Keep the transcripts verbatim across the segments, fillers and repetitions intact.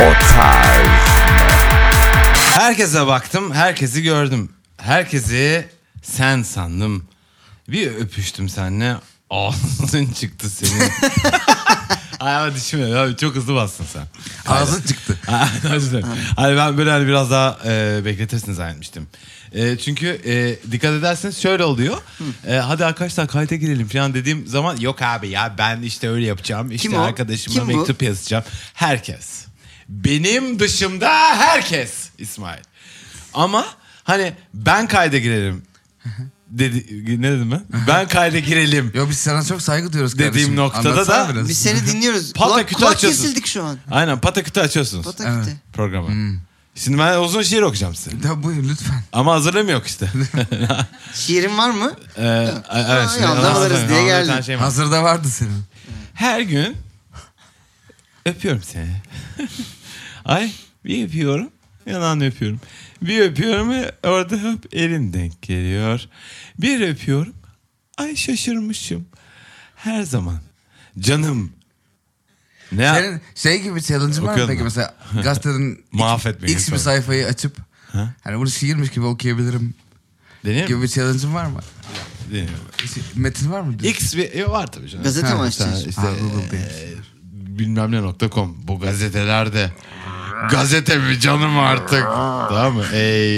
O tarz mı? Herkese baktım, herkesi gördüm. Herkesi sen sandım. Bir öpüştüm seninle. Ağzın çıktı senin. Ay dişime abi, çok hızlı bastın sen. Ağzın çıktı. Hani ben böyle hani biraz daha e, bekletirsin zannetmiştim. E, çünkü e, dikkat ederseniz şöyle oluyor. E, hadi arkadaşlar kayda girelim falan dediğim zaman yok abi ya ben işte öyle yapacağım. İşte Kim o? arkadaşıma Kim bu? mektup yazacağım. Herkes. Benim dışımda herkes İsmail. Ama hani ben kayda girelim. Dedi, ne dedim ben? Ben kayda girelim. Yo biz sana çok saygı duyuyoruz kardeşim. Dediğim noktada Anlatsana da- biraz. Biz seni dinliyoruz. Pata Kulak, kütü kulak açıyorsun. kesildik şu an. Aynen patakütü açıyorsunuz Pataküte. Evet. programı. Şimdi ben uzun şiir okuyacağım size. Ya buyur lütfen. Ama hazırlığım yok işte. Şiirin var mı? ee, evet. Şimdi, yandan alırız diye bir geldin. tane şey var. Hazırda vardı senin. Her gün öpüyorum seni. Ay bir öpüyorum. Yalan öpüyorum. Bir öpüyorum ve orada hep elin denk geliyor. Bir öpüyorum. Ay şaşırmışım. Her zaman. Canım. Ne yap- Senin şey gibi bir challenge'ın var mı Okuyalım peki mı? mesela gazetenin Mahvet beni X bir sonra. sayfayı açıp hani bunu şiirmiş gibi okuyabilirim Deneyim gibi mi? bir challenge'ın var mı? Deneyim. Metin var mı? X bir e, var tabii canım. Gazete mi Ha, açacaksın? İşte, Ha, Google e, bilmem ne nokta com. Bu gazetelerde gazete mi canım artık. Tamam mı?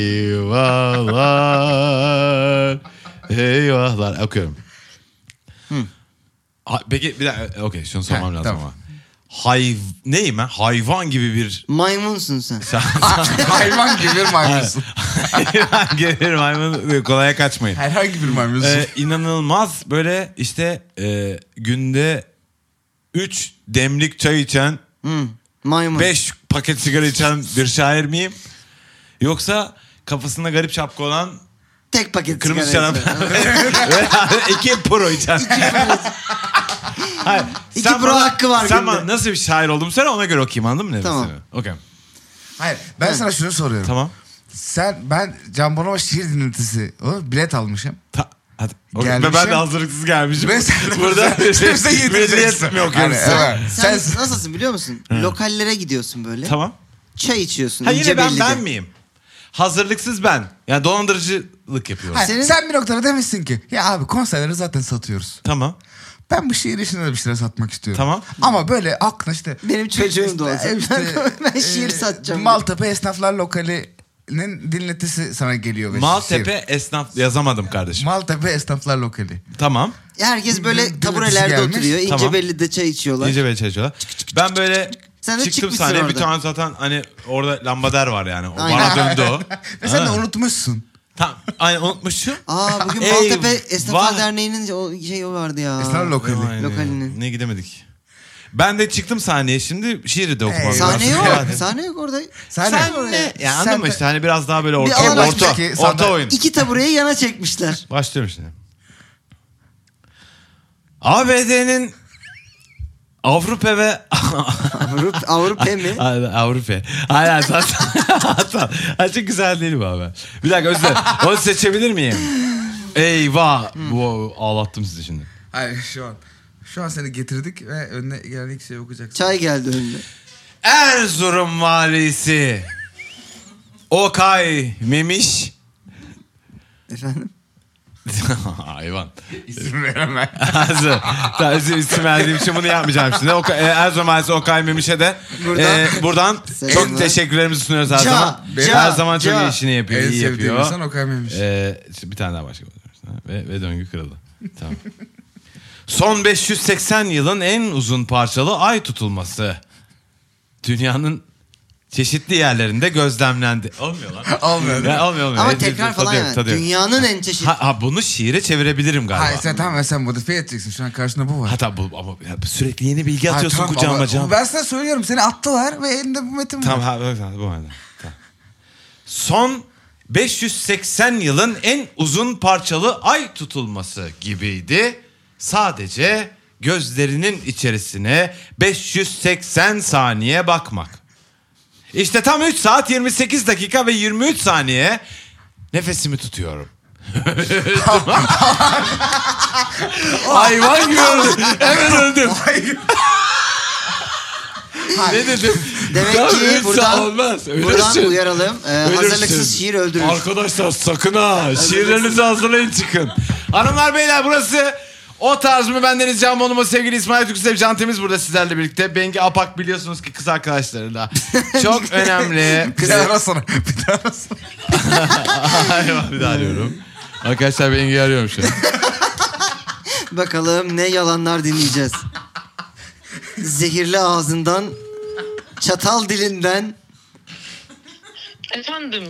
Eyvahlar. Eyvahlar. Okuyorum. Ha, peki bir dakika. Okey şunu sormam Ha, lazım tamam. ama. Hayv neyim ben? Hayvan gibi bir... Maymunsun sen. Hayvan gibi bir maymunsun. Hayvan gibi bir maymun. Kolaya kaçmayın. Herhangi bir maymunsun. Ee, inanılmaz böyle işte e, günde üç demlik çay içen, Hı. Maymun. beş paket sigara içen bir şair miyim? Yoksa kafasında garip şapka olan Tek paket kırmızı sigara şarap içiyor. ve iki pro içen. Hayır, İki sen pro bana- hakkı var Sen günde. bana nasıl bir şair olduğumu söyle ona göre okuyayım anladın mı? Ne Tamam. demek istediğimi? Okey. Hayır ben sana şunu soruyorum. Tamam. Sen ben Can Bonomo şiir dinletisi o bilet almışım. Ta- hadi. Okay. Gelmişim. Ben de hazırlıksız gelmişim. Ve sen de Burada bize- şey, bize yedireceksin. medeniyet mi okuyoruz? Hani, evet. Sen, Sen- nasılsın biliyor musun? Lokallere gidiyorsun böyle. Tamam. Çay içiyorsun. Ha yine ince ben belli ben de. miyim? Hazırlıksız ben. Yani dolandırıcılık yapıyorum. Hayır, Senin- sen bir noktada demişsin ki ya abi konserleri zaten satıyoruz. Tamam. Ben bu şiir işine de bir şeyler satmak istiyorum. Tamam. Ama böyle aklına işte... Benim çocuğum da olsa. Ben şiir e, satacağım. Maltepe Esnaflar Lokali'nin dinletisi sana geliyor. ve Maltepe şiir. esnaf yazamadım kardeşim. Maltepe Esnaflar Lokali. Tamam. Herkes böyle Dinletisi taburelerde gelmiş. oturuyor. İnce Tamam. belli de çay içiyorlar. İyice böyle çalışıyorlar. Ben böyle Sen de çıktım çıkmışsın sahneye bir orada. tane zaten hani orada lambader var yani. O Aynen. bana döndü o. Ve sen de Ha. unutmuşsun. Tamam. Aynen unutmuşum. Aa bugün Ey, Maltepe Esnaflar vah. Derneği'nin o şey o vardı ya. Esnaflar Lokali. Aynen. Lokalinin. Ne gidemedik. Ben de çıktım sahneye şimdi şiiri de okumam Ee, lazım. Sahne yok. Yani. Sahne yok orada. Sen, Sen de- ne? Ya Sen anladın mı de- işte hani biraz daha böyle orta, alan orta, açmış ki orta, sana- oyun. İki tabureyi yana çekmişler. Başlıyorum şimdi. A B D'nin Avrupa ve Avrupa, Avrupa mi? Hayır, Avrupa. Hayır hayır zaten. Hatta çok güzel değil mi abi? Bir dakika özür dilerim. Onu seçebilir miyim? Eyvah. Bu ağlattım sizi şimdi. Hayır şu an. Şu an seni getirdik ve önüne gelen ilk şey okuyacaksın. Çay geldi önüne. Erzurum valisi Okay Memiş. Efendim? Hayvan. İsim veremem. Hazır. Tamam, isim- isim verdiğim için bunu yapmayacağım şimdi. Okay, e, Erzurum valisi Okay Memiş'e de Buradan- e, buradan Selamlar. çok teşekkürlerimizi sunuyoruz her Ca, zaman. ca, her zaman çok ca. iyi işini yapıyor. En iyi sevdiğim yapıyor. insan Okay Memiş. Ee, bir tane daha başka. Ve, ve döngü kırıldı. Tamam. Son beş yüz seksen yılın en uzun parçalı ay tutulması. Dünyanın çeşitli yerlerinde gözlemlendi. Olmuyor lan. Olmuyor. Ya, olmuyor olmuyor. Ama Evet, tekrar tadı falan yok, yani. tadı yok. Dünyanın en çeşitli. Ha, ha, bunu şiire çevirebilirim galiba. Hayır sen tamam sen modifiye edeceksin. Şu an karşında bu var. Hatta bu ama ya, sürekli yeni bilgi Hayır, atıyorsun tamam kucağıma ama canım. Ben sana söylüyorum seni attılar ve elinde bu metin var. Tamam ha, evet, ha, bu arada. Tamam. Son beş yüz seksen yılın en uzun parçalı ay tutulması gibiydi. Sadece gözlerinin içerisine beş yüz seksen saniye bakmak. İşte tam üç saat yirmi sekiz dakika ve yirmi üç saniye nefesimi tutuyorum. Hayvan gibi öldüm. Hemen öldüm. Ne dedim? Demek Tamam, ki ölürse buradan, olmaz. buradan Ölürsün. uyaralım. Ee, Ölürsün. hazırlıksız şiir öldürür. Arkadaşlar sakın ha. Şiirlerinizi hazırlayın çıkın. Hanımlar beyler burası O Tarz mı? Bendeniz Can Bonomo, sevgili İsmail Türksev, Can Temiz burada sizlerle birlikte. Bengi Apak biliyorsunuz ki kız arkadaşlarıyla. Çok önemli. Bir daha arasana. Bir daha arasana. Hayır, bir daha arıyorum. Arkadaşlar Bengi'yi arıyorum şu an. Bakalım ne yalanlar dinleyeceğiz. Zehirli ağzından, çatal dilinden. Efendim.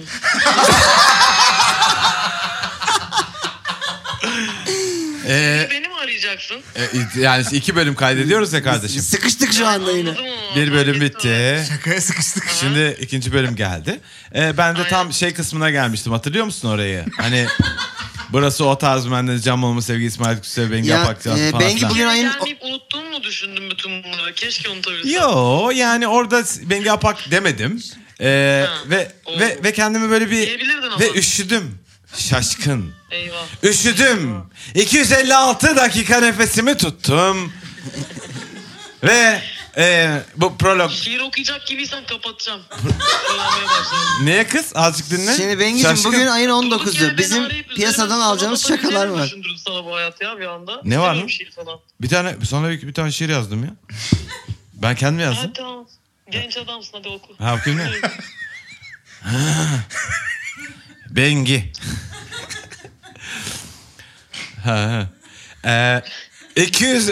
Ee, Beni mi arayacaksın? e, yani iki bölüm kaydediyoruz ya kardeşim. Sıkıştık şu anda yine. Anladım ama. Bir bölüm Fark ettim. bitti. Şakaya sıkıştık. Şimdi ikinci bölüm geldi. Ee, ben de Aynen. tam şey kısmına gelmiştim. Hatırlıyor musun orayı? Hani burası O Tarz mı? Bendeniz Can Bonomo, sevgili İsmail Türksev, Bengi Ya, Apak Can e, falan Bengi filan. bugün ayın... Gelmeyip unuttuğumu mu düşündün bütün bunları? Keşke unutabilsem. Yo yani orada Bengi Apak demedim. Ee, Ha, ve oldu. ve ve kendimi böyle bir Diyebilirdin ama. ve üşüdüm. Şaşkın. Eyvah. Üşüdüm. iki yüz elli altı dakika nefesimi tuttum. Ve e, bu prolog. Şiir okuyacak gibiysen kapatacağım. Kullanmaya başladım. Niye kız? Azıcık dinle. Şimdi Bengiciğim Şaşkın. bugün ayın on Durduk dokuzu. yere beni Bizim arayıp piyasadan üzerine alacağımız sana şakalar batabileceğimi var. düşündürdüm sana bu hayat ya bir anda. Ne var İstemiyorum lan? şiir falan. Bir tane sana bir, bir tane şiir yazdım ya. Ben kendim yazdım. Hadi tamam. Genç adamsın hadi oku. Ha okuyayım ne? Bengi. ha ha. Ee, iki yüz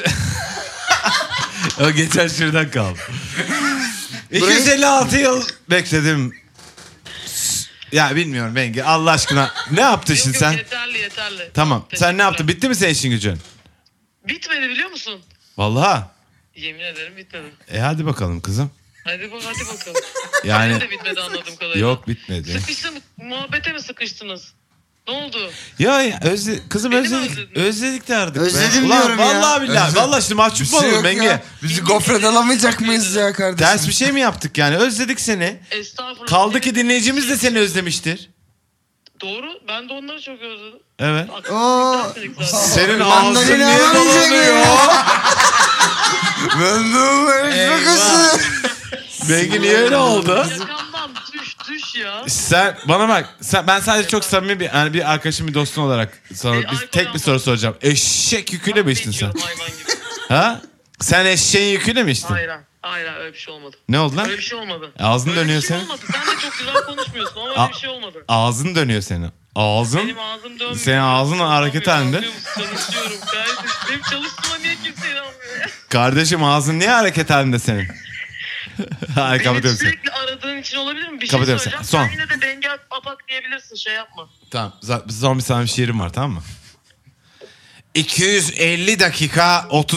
O geçen şuradan kaldı. iki yüz elli altı yıl bekledim. Ya bilmiyorum Bengi Allah aşkına. Ne yaptın Yok şimdi yok sen? yeterli yeterli. Tamam. Sen ne Teşekkürler. yaptın? Bitti mi senin işin gücün? Bitmedi biliyor musun? Vallahi. Yemin ederim bitmedi. E hadi bakalım kızım. Hadi, bak, hadi bakalım. Yani Benim de bitmedi anladığım kadarıyla. yok bitmedi. Sıkıştın, muhabbete mi sıkıştınız? Ne oldu? Ya, ya özle, kızım Beni mi özledik. özledin? Özledik de artık. be. Özledim Ulan, diyorum ya. Vallahi billahi. Özledim. Vallahi şimdi mahcup Bir mu şey olur yok Bengi? ya. Bizi gofret alamayacak mıyız ya kardeşim? Ters bir şey mi yaptık yani? Özledik seni. Estağfurullah. Kaldı ki dinleyicimiz de seni özlemiştir. Doğru. Ben de onları çok özledim. Evet. Oo. Dedik zaten. Senin Mandalina ağzın niye alamayacak dolanıyor? Ben de öyle şakası. Bengi niye öyle oldu? Yakamdan düş düş ya. Sen bana bak. Sen, ben sadece çok samimi bir, yani bir arkadaşım, bir dostun olarak sana E, bir, arkadan tek bir soru soracağım. Eşek yüküyle mi içtin sen? İçiyorum hayvan gibi. Ha? Sen eşeğin yüküyle mi içtin? Hayır hayır. Hayır hayır, öyle bir şey olmadı. Ne oldu lan? Öyle bir şey olmadı. Ağzın Öyle dönüyor bir şey senin. olmadı. Sen de çok güzel konuşmuyorsun ama A- öyle bir şey olmadı. Ağzın dönüyor senin. Ağzın. Benim ağzım dönmüyor. Senin ağzın hareket halinde. Anlıyor musun? Çalışıyorum kardeşim. Benim çalıştığıma niye kimse inanmıyor ya? Kardeşim ağzın niye hareket halinde senin? Hayır Beni kapatıyorum seni. sürekli aradığın için olabilir mi? Bir şey Kapatıyorum söyleyeceğim. seni. Son. Sen yine de Bengi Apak diyebilirsin. Şey yapma. Tamam. z- Son bir sana bir şiirim var, tamam mı? iki yüz elli dakika otuz...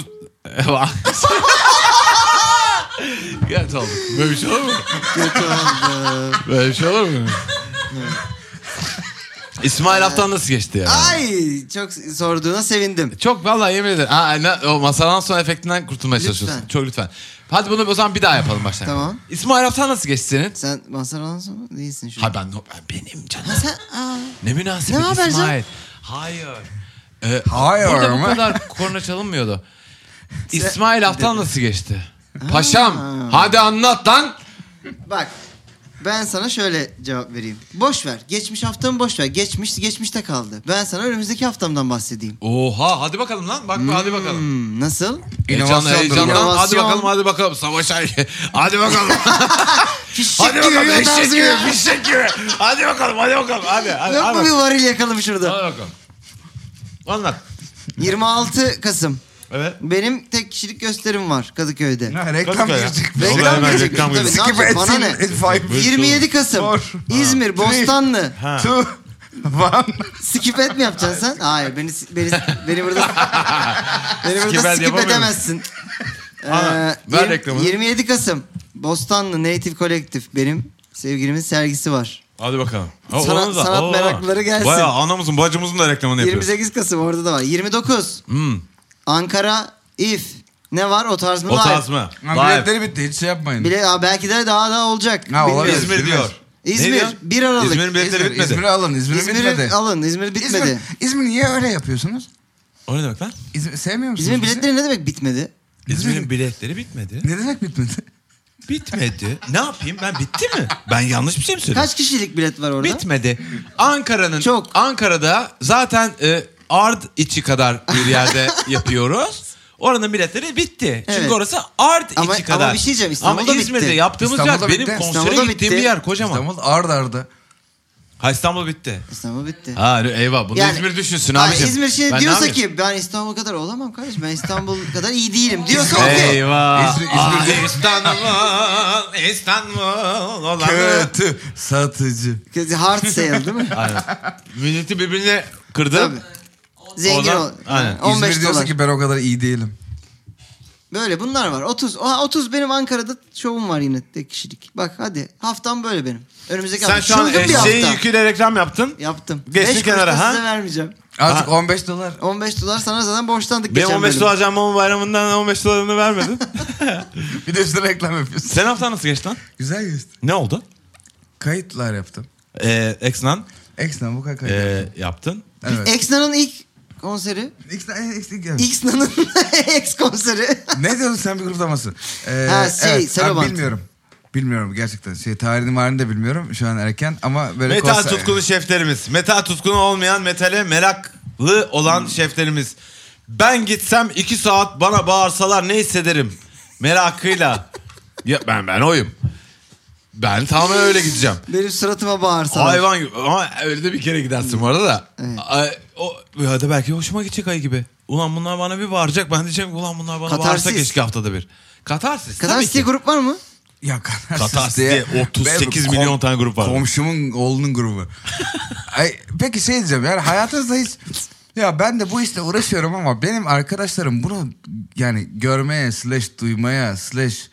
Kötü olduk. Böyle bir şey olur mu? Kötü oldu. Böyle bir şey olur mu? İsmail haftan nasıl geçti ya? Ay çok sorduğuna sevindim. Çok vallahi yemin ederim. Ha, ne, o masadan son efektinden kurtulmaya Lütfen. çalışıyorsun. Çok lütfen. Hadi bunu o zaman bir daha yapalım baştan. Tamam. İsmail haftan nasıl geçti senin? Sen Mazhar sonra değilsin şu an. Ha ben, ben benim canım. Ha, sen, aa, Ne münasebet Ne haber İsmail. Hayır. Ee, Hayır Burada bu mı? kadar korna çalınmıyordu. İsmail haftan nasıl geçti? Paşam hadi anlat lan. bak ben sana şöyle cevap vereyim. Boş ver. Geçmiş haftamı boş ver. Geçmiş geçmişte kaldı. Ben sana önümüzdeki haftamdan bahsedeyim. Oha hadi bakalım lan. Bak hadi bakalım. Hmm, nasıl? Heyecanlı İnovasyondur. heyecandan hadi İnovasyon. bakalım hadi bakalım. Savaş erkeği. Hadi bakalım. Fişek hadi bakalım. gibi Eşek tarzı gibi. ya. Fişek gibi. Hadi bakalım hadi bakalım. Hadi hadi. Yok hadi mu bir bakalım. varil yakalım şurada? Hadi bakalım. Anlat. yirmi altı Kasım. Evet. Benim tek kişilik gösterim var Kadıköy'de. Ha, reklam Kadıköy ya. girecek. Reklam Reklam hemen gelecek. reklam Tabii, gelecek. ne Skip yapacak? Bana etsin. ne? Five. yirmi yedi Kasım. Four. İzmir, Three. Bostanlı. Ha. Two. One. Skip et mi yapacaksın sen? Hayır beni beni beni burada beni Skip burada et skip yapamıyor edemezsin. Ana, ver yirmi- reklamını. yirmi yedi Kasım Bostanlı Native Collective benim sevgilimin sergisi var. Hadi bakalım. O, Sanat- onu da- sanat Oo. meraklıları gelsin. Bayağı anamızın bacımızın da reklamını yirmi yapıyoruz. sekiz Kasım orada da var. yirmi dokuz Hmm. Ankara If. Ne var o tarz mı? O Live. tarz mı? Ha, Live. biletleri bitti. Hiç şey yapmayın. Bile, Aa, belki de daha da olacak. Ha, Bilmiyorum. olabilir. İzmir diyor. Ne İzmir diyor? bir Aralık. İzmir'in biletleri İzmir, bitmedi. İzmir'i alın. İzmir'i İzmir'i bitmedi. alın. İzmir bitmedi. İzmir, İzmir niye öyle yapıyorsunuz? O ne demek lan? İzmir, sevmiyor musunuz İzmir'in bizi? biletleri ne demek bitmedi? İzmir'in biletleri bitmedi. Ne demek bitmedi? Bitmedi. Ne yapayım ben, bitti mi? Ben yanlış bir şey mi söyledim? Kaç kişilik bilet var orada? Bitmedi. Ankara'nın Çok. Ankara'da zaten e, Ard içi kadar bir yerde yapıyoruz. Oranın biletleri bitti. Çünkü Evet. orası Ard Ama- içi kadar. ama bir şey diyeceğim, İstanbul'da Ama İzmir'de bitti. yaptığımız İstanbul'da yer benim bitti. konsere İstanbul'da gittiğim bitti. bir yer kocaman. İstanbul ard arda. Ha İstanbul bitti. İstanbul bitti. Ha eyvah bunu Yani- İzmir düşünsün Hayır, abicim. İzmir şey Ben ne diyorsa yapayım? ki ben İstanbul kadar olamam kardeşim. Ben İstanbul kadar iyi değilim diyorsa okey. Eyvah. İzmir- Ah, İzmir'de- İstanbul, İstanbul olanı. Kötü satıcı. Hard sale değil mi? Aynen. Milleti birbirine kırdı. Tabii. Zengin Oradan- ol. aynen. on beş İzmir diyorsa dolar. ki ben o kadar iyi değilim. Böyle bunlar var. otuz. Oha, otuz benim Ankara'da şovum var yine tek kişilik. Bak hadi haftam böyle benim. Önümüzdeki Sen hafta. şu an Çılgın bir eşeğin hafta. yüküyle reklam yaptın. Yaptım. Geçtin Beş kenara, kuruş da ha? size vermeyeceğim. Artık Ha. on beş dolar. on beş dolar sana zaten borçlandık Benim geçen on beş bölüm. dolar Canmamın bayramından on beş dolarını vermedin. Bir de üstüne reklam yapıyorsun. Sen haftan nasıl geçti lan? Güzel geçti. Ne oldu? Kayıtlar yaptım. Ee, Exnan X'den bu kadar kayıt ee, yaptım. yaptın. Evet. Xna'nın ilk konseri. X'den X, X, X. Xna'nın X konseri. Ne diyorsun sen bir grupta mısın? Ee, Ha, şey, Serobant. abi bilmiyorum. Bilmiyorum gerçekten. Şey tarihini marihini de bilmiyorum. Şu an erken ama böyle Metal konser- tutkunu şeflerimiz. Metal tutkunu olmayan metale meraklı olan şeflerimiz. Ben gitsem iki saat bana bağırsalar ne hissederim? Merakıyla. Ya ben ben oyum. Ben tamamen öyle gideceğim. Benim suratıma bağırsalar. Hayvan gibi. Ama öyle de bir kere gidersin bu arada da. Evet. Ay, o, ya da belki hoşuma gidecek ay gibi. Ulan bunlar bana bir bağıracak. Ben diyeceğim ki ulan bunlar bana Katarsis. bağırsa keşke haftada bir. Katarsis. Katarsis tabii diye ki. grup var mı? Ya Katarsis Katarsis diye diye otuz sekiz Benim milyon tane grup var. Komşumun oğlunun grubu. Ay, peki şey diyeceğim yani hayatınızda hiç... Ya ben de bu işle uğraşıyorum ama benim arkadaşlarım bunu yani görmeye slash duymaya slash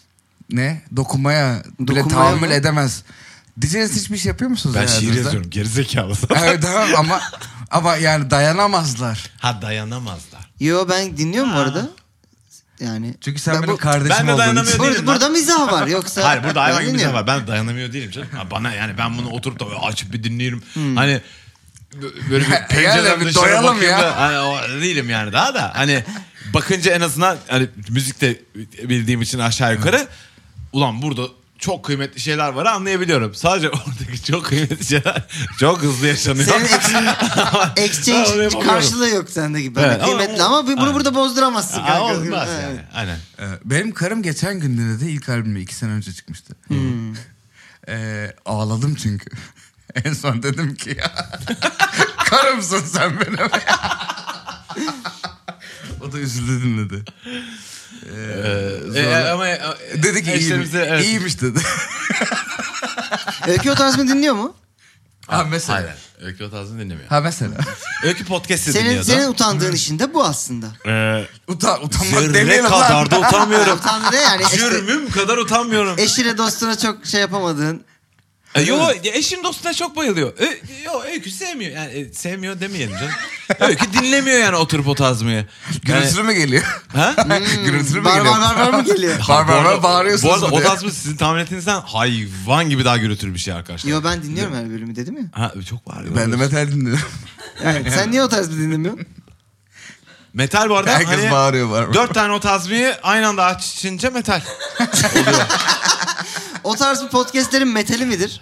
ne dokunmaya bile Dokunmaya tahammül mı? edemez. Diyeceğiniz hiçbir şey yapıyor musunuz? Ben şiir hayatınızda? yazıyorum. Gerizekalı. Evet tamam ama ama yani dayanamazlar. Ha dayanamazlar. Yo ben dinliyorum bu arada. Yani. Çünkü sen Ben benim bu- kardeşim Ben de olduğun dayanamıyorum. için. değilim Burada, lan. burada mizah var yoksa. Hayır burada hayvan Ben gibi bir şey dinliyorum. var. Ben dayanamıyor değilim canım. Ha, bana yani ben bunu oturup da böyle açıp bir dinliyorum. Hani b- böyle bir pencereden bir dışarı doyalım bakayım ya. da hani o değilim yani daha da hani bakınca en azından hani müzik de bildiğim için aşağı yukarı ulan burada çok kıymetli şeyler var anlayabiliyorum. Sadece oradaki çok kıymetli şeyler çok hızlı yaşanıyor. Senin ex- Ben onu exchange yapamıyorum. karşılığı yok sende gibi. Evet, Evet, ama- kıymetli ama, bunu Aynen. burada bozduramazsın. Aa, kanka. olmaz Evet. yani. Aynen. Ee, Benim karım geçen günlerde de ilk albümü iki sene önce çıkmıştı. Ee, ağladım çünkü. En son dedim ki ya karımsın sen benim. O da üzüldü dinledi. Ee, e, ama e, Dedi ki iyiymiş, eşlerimize- evet. iyiymiş dedi. Öykü o tarzını dinliyor mu? Ha mesela. Hayır. Öykü o tarzını dinlemiyor. Ha mesela. Öykü podcast'i Senin, dinliyordu. senin utandığın işin de bu aslında. Ee, Utan, utanmak Zerre demeyelim kadar lan. da utanmıyorum. Utandı ne yani? İşte Cürmüm kadar utanmıyorum. eşine dostuna çok şey yapamadığın. E, yo eşim dostuna çok bayılıyor. Ö, yo Öykü sevmiyor. Yani e, sevmiyor demeyelim canım. Öykü dinlemiyor yani oturup o tazmayı. Gürültülü mü geliyor? Ha? Gürültülü mü Bar geliyor? bar bar bar mı geliyor? Bar bar Bu arada- bar bağırıyorsunuz. Bu arada mu o diye. tazma sizin tahmin ettiğinizden hayvan gibi daha gürültülü bir şey arkadaşlar. Yo ben dinliyorum her bölümü dedim ya. Ha çok var. Ben de metal dinliyorum. Evet, sen niye o tarzı dinlemiyorsun? Metal bu arada Herkes hani bağırıyor var. dört tane o tazmayı aynı anda açınca metal. Oluyor. O tarz bu podcastlerin metali midir?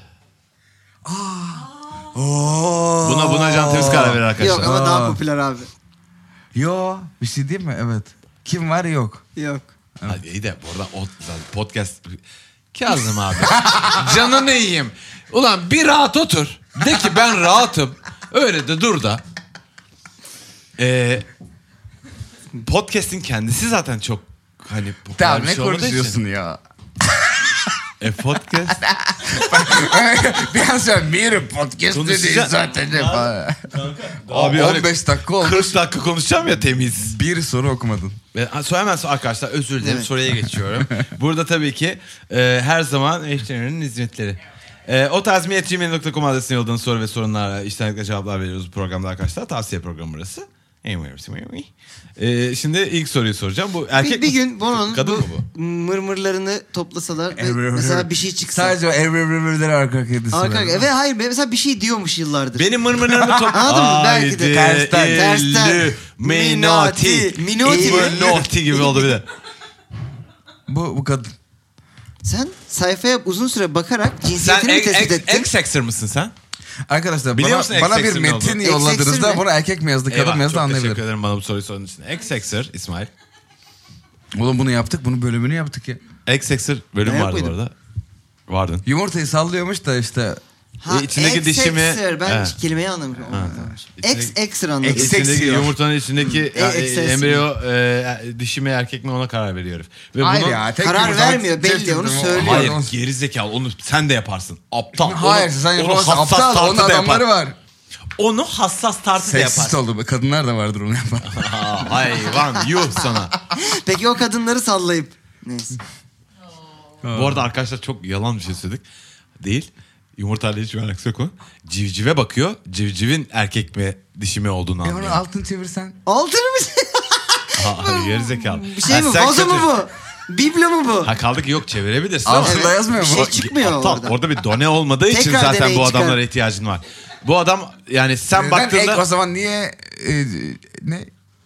Oo. Buna buna Can Temiz karar verir arkadaşlar. Yok ama Aa. daha popüler abi. Yo bir şey değil mi? Evet. Kim var yok. Yok. Hadi iyi de bu arada o zaten podcast Kazım abi. Canını yiyeyim. Ulan bir rahat otur. De ki ben rahatım. Öyle de dur da. Ee, podcast'in kendisi zaten çok hani popüler Tamam bir ne şey olmadığı konuşuyorsun için. ya? E podcast. bir an sen bir podcast dediğin Konuşacağım. zaten ne falan. Abi on hani beş dakika olmuş. kırk dakika konuşacağım ya temiz. Bir soru okumadın. Ve so- hemen so- arkadaşlar özür dilerim Evet. soruya geçiyorum. Burada tabii ki e, her zaman eşlerinin hizmetleri. E, o tarz miyet gmail nokta com adresine yolladığınız soru ve sorunlara içtenlikle cevaplar veriyoruz bu programda arkadaşlar. Tavsiye programı burası. E, şimdi ilk soruyu soracağım. Bu erkek Bir, bir mi? gün Bono'nun Kadın bu mı bu? mırmırlarını toplasalar ve mesela bir şey çıksa. Sadece o evrevirleri arka arkaya dizisi Arka var. arka. Ve hayır mesela bir şey diyormuş yıllardır. Benim mırmırlarımı top... Anladın mı? Belki de. Haydi, Tersten, elli, tersten. Minoti. Minoti mi? Minoti gibi oldu bir de. Bu, bu kadın. Sen sayfaya uzun süre bakarak Sen cinsiyetini mi tespit ettin? X-Sexer mısın sen? Arkadaşlar Biliyor bana, musun bana bir X-Sex'in ne metin olduğunu? yolladığınızda X-Sex'in bunu erkek mi yazdı kadın Eyvah, mı yazdı çok teşekkür anlayabilirim. ederim bana bu soruyu sorduğun için. X-Sexer İsmail. Oğlum bunu yaptık, bunun bölümünü yaptık ya. X-Sexer bölüm Ben vardı bu yapmadım. arada. Vardın. Yumurtayı sallıyormuş da işte. Ha, E, içindeki dişimi- X-Exer. Ben Evet. kelimeyi anlamışım. İçindeki- X-Exer anladım. X- İçindeki Seksiyor. yumurtanın içindeki E, e, X-Sex. embriyo e, dişi mi erkek mi ona karar veriyor herif. Ve Hayır bunu- ya. Tek Karar yumurta- vermiyor, belli, tek onu yumurta- söylüyor. Hayır Onu- gerizekalı onu sen de yaparsın. Aptal. Hayır onu, sen onu yapamazsın. hassas Aptal, onun tartıda adamları yapar. var. Onu hassas tartıda Seksist yaparsın. oldu. Kadınlar da vardır onu yapan. Aa, hayvan yuh sana. Peki o kadınları sallayıp. Neyse. Bu arada arkadaşlar çok yalan bir şey söyledik. Değil. Yumurtayla hiçbir alakası yok o. Civcive bakıyor. Civcivin erkek mi dişi mi olduğunu E onu anlıyor. altın çevirsen. Altını mı? Hayır gerizekalı. Bir şey mi? sen Vazo kötü- mu bu? Biblo mu bu? Ha kaldı ki yok çevirebilirsin ama. Altında Evet, yazmıyor bir mu? şey çıkmıyor Aptal, orada. Orada bir done olmadığı için Tekrar zaten deney bu çıkar. adamlara ihtiyacın var. Bu adam yani sen Neden baktığında... ek o zaman niye e, ne?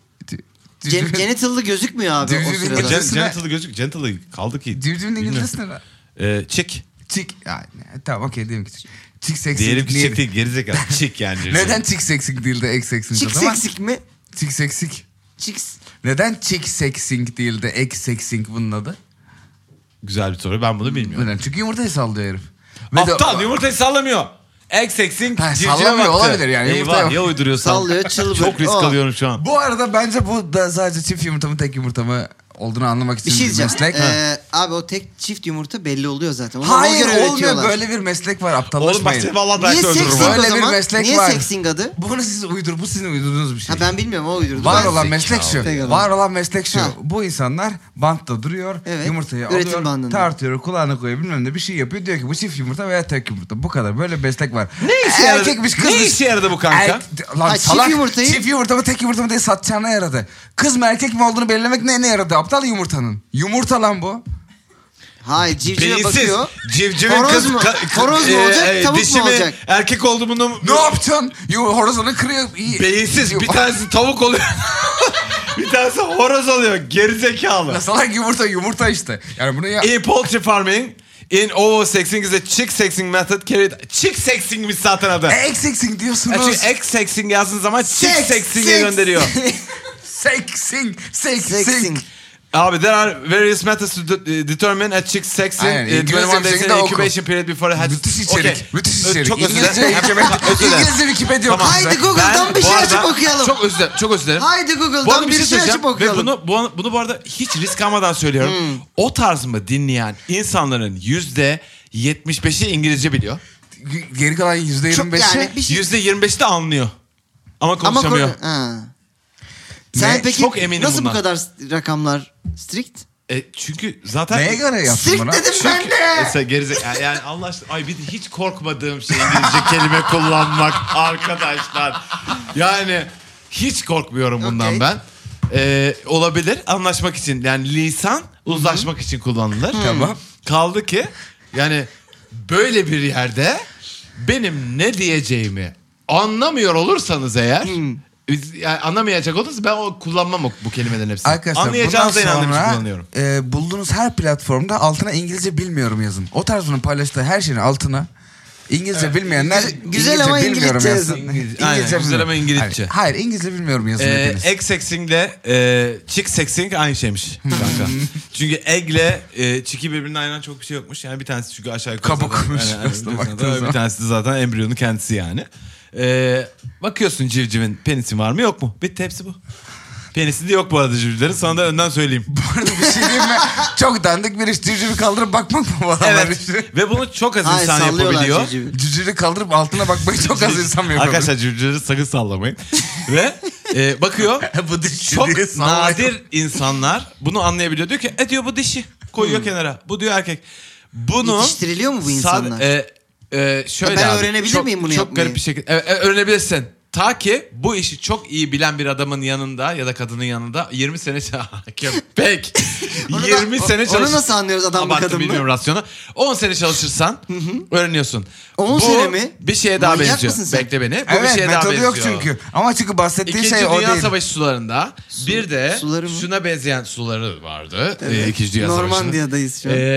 Gen- genital'lı gözükmüyor abi o Civcivin sırada. Gen- İngilizcesine- Genitalı gözük. Genitalı kaldı ki. Civcivin Bilmiyorum. İngilizcesi ne lan? Ee, chick. Chick. Yani, tamam okey diyelim ki. Chick seksing. Diyelim ki niye- chick değil gerizekalı. Chick yani. Neden chick seksing değil de ek seksing? Chick o zaman? seksik mi? Chick seksik. Chicks. Neden chick seksing değil de ek seksing bunun adı? Güzel bir soru ben bunu bilmiyorum. Neden? Çünkü yumurtayı sallıyor herif. Ve de- Aptal yumurtayı sallamıyor. Egg sexing Ha, civcive sallamıyor, baktı. olabilir yani, yumurta Eyvah yok. ya uyduruyorsan. Sallıyor, çılbır. Çok risk O. alıyorum şu an. Bu arada bence bu da sadece çift yumurta mı tek yumurta mı olduğunu anlamak Bir için şey diyeceğim. meslek. Ee, abi o tek çift yumurta belli oluyor zaten. Onu Hayır ona göre olmuyor, üretiyorlar. böyle bir meslek var, Oğlum bak aptallaşmayın. seni vallahi Niye belki öldürürüm. seksing ha. Öyle o bir zaman? meslek Niye var. seksing adı? Bunu siz uydur, bu sizin uydurduğunuz bir şey. Ha ben bilmiyorum o uydurdu. Var Ben- olan meslek şu. Peki, Var olan meslek şu. Ha. Bu insanlar bantta duruyor. Evet. Yumurtayı Üretim alıyor. bandında. Tartıyor, kulağına koyuyor, bilmem ne bir şey yapıyor. Diyor ki bu çift yumurta veya tek yumurta. Bu kadar. Böyle meslek var. Ne işe yaradı? Erkekmiş, Ne kızmış. işe yaradı bu kanka? Er- Lan Ha, çift salak. yumurtayı- Çift yumurta mı tek yumurta mı diye satacağına yaradı. Kız mı erkek mi olduğunu belirlemek ne ne yaradı? Aptal yumurtanın. Yumurta lan bu. Hayır civcive Beyinsiz. bakıyor. Civcivin Horoz kız, mu? ka- Horoz mu e, olacak, e, tavuk dişi mu mi, olacak? erkek oldu bunu. Ne yapacaksın? Yu- Horozunu kırıyor. İyi. Beyinsiz Yu- bir tanesi tavuk oluyor. Bir tanesi horoz oluyor. Gerizekalı. Salak yumurta yumurta işte. Yani bunu ya... In poultry farming, in ovo sexing is a chick sexing method carried... Chick sexing'miş zaten adı. Egg sexing Ya diyorsunuz. çünkü egg sexing yazdığın zaman chick Seks, sexing'e seks. gönderiyor. Sexing. Sexing. Sexing. Abi there are various methods to de- determine a chick sexing. Aynen, uh, İngilizce twenty-one bir days in şekilde oku. incubation period before it has... Müthiş içerik. Okay. Müthiş Ö- içerik. Çok özür İngilizce dilerim. Wikipedia. Özür dilerim. İngilizce Wikipedia Tamam. okuyacak. Haydi Google'dan Ben bir bu şey arada- açıp okuyalım. Çok özür dilerim. Çok özür dilerim. Haydi Bu Google'dan arada bir bir şey şey açıp söyleyeceğim ve okuyalım. bunu, bu, bunu bu arada hiç risk almadan söylüyorum. O tarz mı dinleyen insanların yüzde yetmiş beşi İngilizce biliyor. Geri kalan yüzde yirmi Çok beşi. yani bir şey... Yüzde yirmi beşi de anlıyor. Ama Ama konuşamıyor. konu- ha. Sen Ne? peki Çok eminim nasıl bundan. bu kadar rakamlar strict? E, çünkü zaten... Neye göre yaptın Strict bunu? dedim ben de. Mesela gerizek yani, yani Allah aşkına ay bir de hiç korkmadığım şey İngilizce kelime kullanmak arkadaşlar. Yani hiç korkmuyorum bundan Okey. ben. Ee, olabilir anlaşmak için yani lisan uzlaşmak için kullanılır. Tamam. Kaldı ki yani böyle bir yerde benim ne diyeceğimi anlamıyor olursanız eğer yani anlamayacak olursanız ben o kullanmam o, bu kelimelerin hepsini. Arkadaşlar bundan Anlayacağınıza inandığım için sonra kullanıyorum. e, bulduğunuz her platformda altına İngilizce bilmiyorum yazın. O tarz bunun paylaştığı her şeyin altına İngilizce bilmeyenler Güzel- güzel ama bilmiyorum İngilizce yazsın. yazın. İngilizce- aynen, güzel bilmiyorum. ama İngilizce. Hayır, hayır İngilizce bilmiyorum yazın Ee, hepiniz. egg sexingle e, chick sexing aynı şeymiş kanka. Çünkü eggle e, chick'i birbirinden ayıran çok bir şey yokmuş. Yani bir tanesi çünkü aşağı yukarı Kabukmuş zaten- aslında bir tanesi- baktığın zaman. bir tanesi de zaten embriyonun kendisi yani. Ee, bakıyorsun civcivin penisi var mı yok mu? Bitti hepsi bu. Penisi de yok bu arada civcivlerin. Sana da önden söyleyeyim. Bu arada bir şey diyeyim mi? Çok dandik bir iş. Civcivi kaldırıp bakmak mı bu adamlar Evet. işi? Ve bunu çok az Hayır insan sallıyorlar yapabiliyor. civcivi. Civcivi kaldırıp altına bakmayı çok az insan yapıyor. Arkadaşlar civcivleri sakın sallamayın. Ve e, bakıyor Bu dişi çok diye sallamayın. nadir insanlar bunu anlayabiliyor. Diyor ki e diyor bu dişi koyuyor Hmm. kenara. Bu diyor erkek. Bunu Yetiştiriliyor mu bu insanlar? Sad- e, e, şöyle Ben abi, öğrenebilir çok, miyim bunu Çok yapmayı? garip bir şekilde. Evet, e, öğrenebilirsin. Ta ki bu işi çok iyi bilen bir adamın yanında ya da kadının yanında yirmi sene köpek. Onu da- yirmi o- sene onu çalış. nasıl anlıyoruz adam mı, Abarttım, kadın mı? bilmiyorum rasyonu. on sene çalışırsan öğreniyorsun. on Bu sene mi? bir şeye daha Manyak benziyor. mısın sen? Bekle beni. Bu bir Evet şeye daha metodu benziyor. yok çünkü. Ama çünkü bahsettiği İkinci şey o Dünya değil. Savaşı sularında bir de suları mı? şuna benzeyen suları vardı. Evet. Ee, İkinci Dünya Savaşı'nın. Normandiya'dayız şu an. Ee,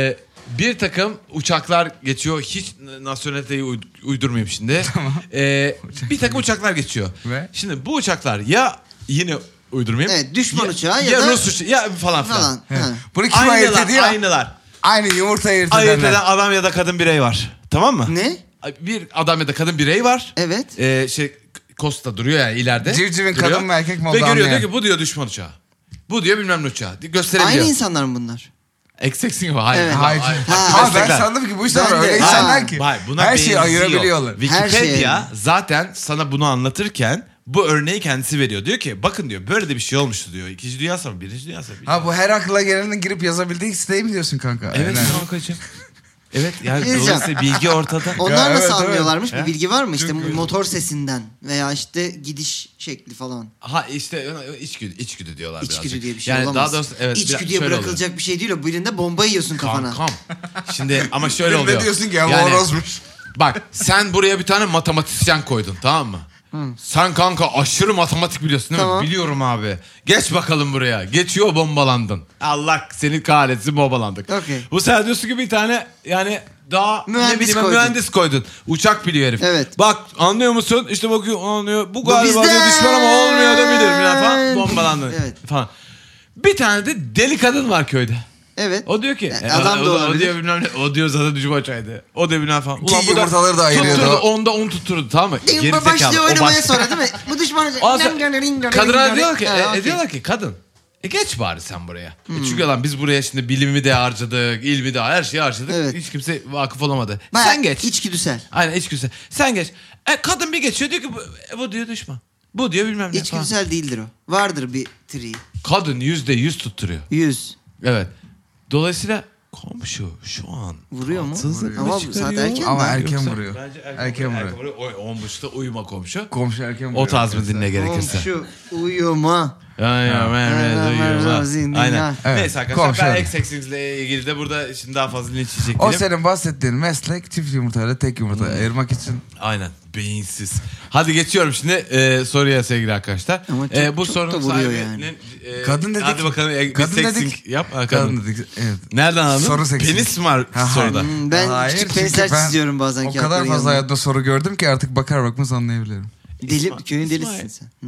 bir takım uçaklar geçiyor. Hiç nasyoneliteyi uyd- uydurmayayım şimdi. Tamam. Ee, bir takım uçaklar geçiyor. Ve? Şimdi bu uçaklar ya yine uydurmayayım. Evet, düşman ya, uçağı ya ya da- Rus uçağı ya falan filan. Falan. Evet. Ha. Bunu kim ayırt Aynılar, ediyor? aynılar. Aynı yumurta ayırt Ayırt edenler. eden adam ya da kadın birey var. Tamam mı? Ne? Bir adam ya da kadın birey var. Evet. Ee, şey Costa duruyor yani ileride. Civcivin Duruyor. kadın mı erkek mi olduğu Ve görüyor anlayan. diyor ki bu diyor düşman uçağı. Bu diyor bilmem ne uçağı. Gösterebiliyor. Aynı insanlar mı bunlar? Eksik mi? Hayır. Evet. Hayır. Hayır. Ha. Ha, ben Meslekler. sandım ki bu işler Ben de- öyle Ha. insanlar ki. Hayır, buna her şeyi benziyor. ayırabiliyorlar. Her Wikipedia şey. zaten sana bunu anlatırken bu örneği kendisi veriyor. Diyor ki bakın diyor böyle de bir şey olmuştu diyor. İkinci Dünya Savaşı, Birinci Dünya Savaşı. Ha bu her akla gelenin girip yazabildiği siteyi mi diyorsun kanka? Evet Aynen. kankacığım. Evet yani Diyeceğim. dolayısıyla bilgi ortada. Onlar Ya, nasıl evet, anlıyorlarmış? evet. Bir bilgi var mı? İşte Çünkü- motor sesinden veya işte gidiş şekli falan. Ha işte içgüdü, içgüdü diyorlar İçgüdü birazcık. diye bir şey yani olamaz. daha doğrusu evet. biraz İçgüdüye şöyle bırakılacak oluyor. bir şey değil o. Birinde bomba yiyorsun kafana. Kankam. Şimdi ama şöyle Ne oluyor. diyorsun ki ya Yani- horozmuş. Bak sen buraya bir tane matematisyen koydun tamam mı? Sen kanka aşırı matematik biliyorsun değil Tamam. mi? Biliyorum abi. Geç bakalım buraya. Geçiyor bombalandın. Allah seni kahretsin bombalandık. Okey. Bu sen diyorsun ki bir tane yani daha Mühendis ne bileyim ben, koydun. mühendis koydun. Uçak biliyor herif. Evet. Bak anlıyor musun? İşte bakıyor anlıyor. Bu Bu galiba bizden. diyor düşman ama olmuyor da bilir falan. Bombalandın. Evet. Falan. Bir tane de deli kadın var köyde. Evet. O diyor ki Yani e, adam o, da o, o olabilir. diyor bilmem ne. O diyor zaten düşman uçağıydı. O diyor bilmem falan. Ki yumurtaları da ayırıyordu Tutturdu o. onda on tutturdu tamam mı? Ding, Gerizekalı, başlıyor o oynamaya baş- sonra değil mi? Bu düşman... Ondan sonra kadına diyorlar ki, Ha, e, okey. e, diyorlar ki kadın e geç bari sen buraya. E çünkü lan biz buraya şimdi bilimi de harcadık, ilmi de her şeyi harcadık. Evet. Hiç kimse vakıf olamadı. Bayağı sen geç. İçgüdüsel. Aynen içgüdüsel. Sen geç. E, kadın bir geçiyor diyor ki bu, e, bu diyor düşman. Bu diyor bilmem ne falan. İçgüdüsel değildir o. Vardır bir tri. Kadın yüzde yüz tutturuyor. Yüz. Evet. Dolayısıyla komşu şu an Vuruyor mu? haksızlık Ama mı bu çıkarıyor? saat erken Ama daha. erken Yoksa- vuruyor. Bence Erken vuruyor. Erken vuruyor. O on buçukta uyuma komşu. Komşu erken vuruyor. O tarz mı arkadaşlar. dinle gerekirse. Komşu uyuma. Aynen. Ha, Aynen. zindin Aynen. ya. Evet, Neyse arkadaşlar komşu ben öyle. X X ile ilgili de burada şimdi daha fazla linç yiyecek O değilim. senin bahsettiğin meslek çift yumurtayla tek yumurta ayırmak için. Aynen. Beyinsiz. Hadi geçiyorum şimdi e, soruya sevgili arkadaşlar. Ama çok- E, bu çok sorunun da vuruyor sahibinin, yani. e, Kadın dedik. Hadi bakalım. E, Kadın bir sexting dedik. Yap. Ha, kadın. Kadın dedik. Evet. Nereden anladın? Soru seksing. Penis mi var Ha, soruda? Hmm, ben Hayır, küçük çünkü penisler ben çiziyorum bazen O kadar kağıtların fazla yanına. hayatta soru gördüm ki artık bakar bakmaz anlayabilirim. Deli, İsmail- köyün İsmail. delisin sen. Hı.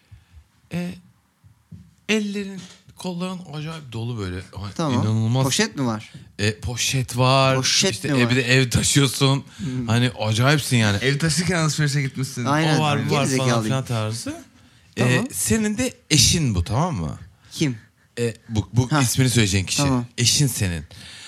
E, ellerin, kolların acayip dolu böyle. Ay, Tamam. İnanılmaz. Poşet mi var? E, poşet var. Poşet işte mi e, var? bir de ev taşıyorsun. Hani acayipsin yani. Ev taşırken alışverişe gitmişsin. Aynen. O var bu var falan Gerizekalıyım. filan tarzı. Tamam. E, senin de eşin bu tamam mı? Kim? E, bu bu Ha. ismini söyleyeceğin kişi. Tamam. Eşin senin.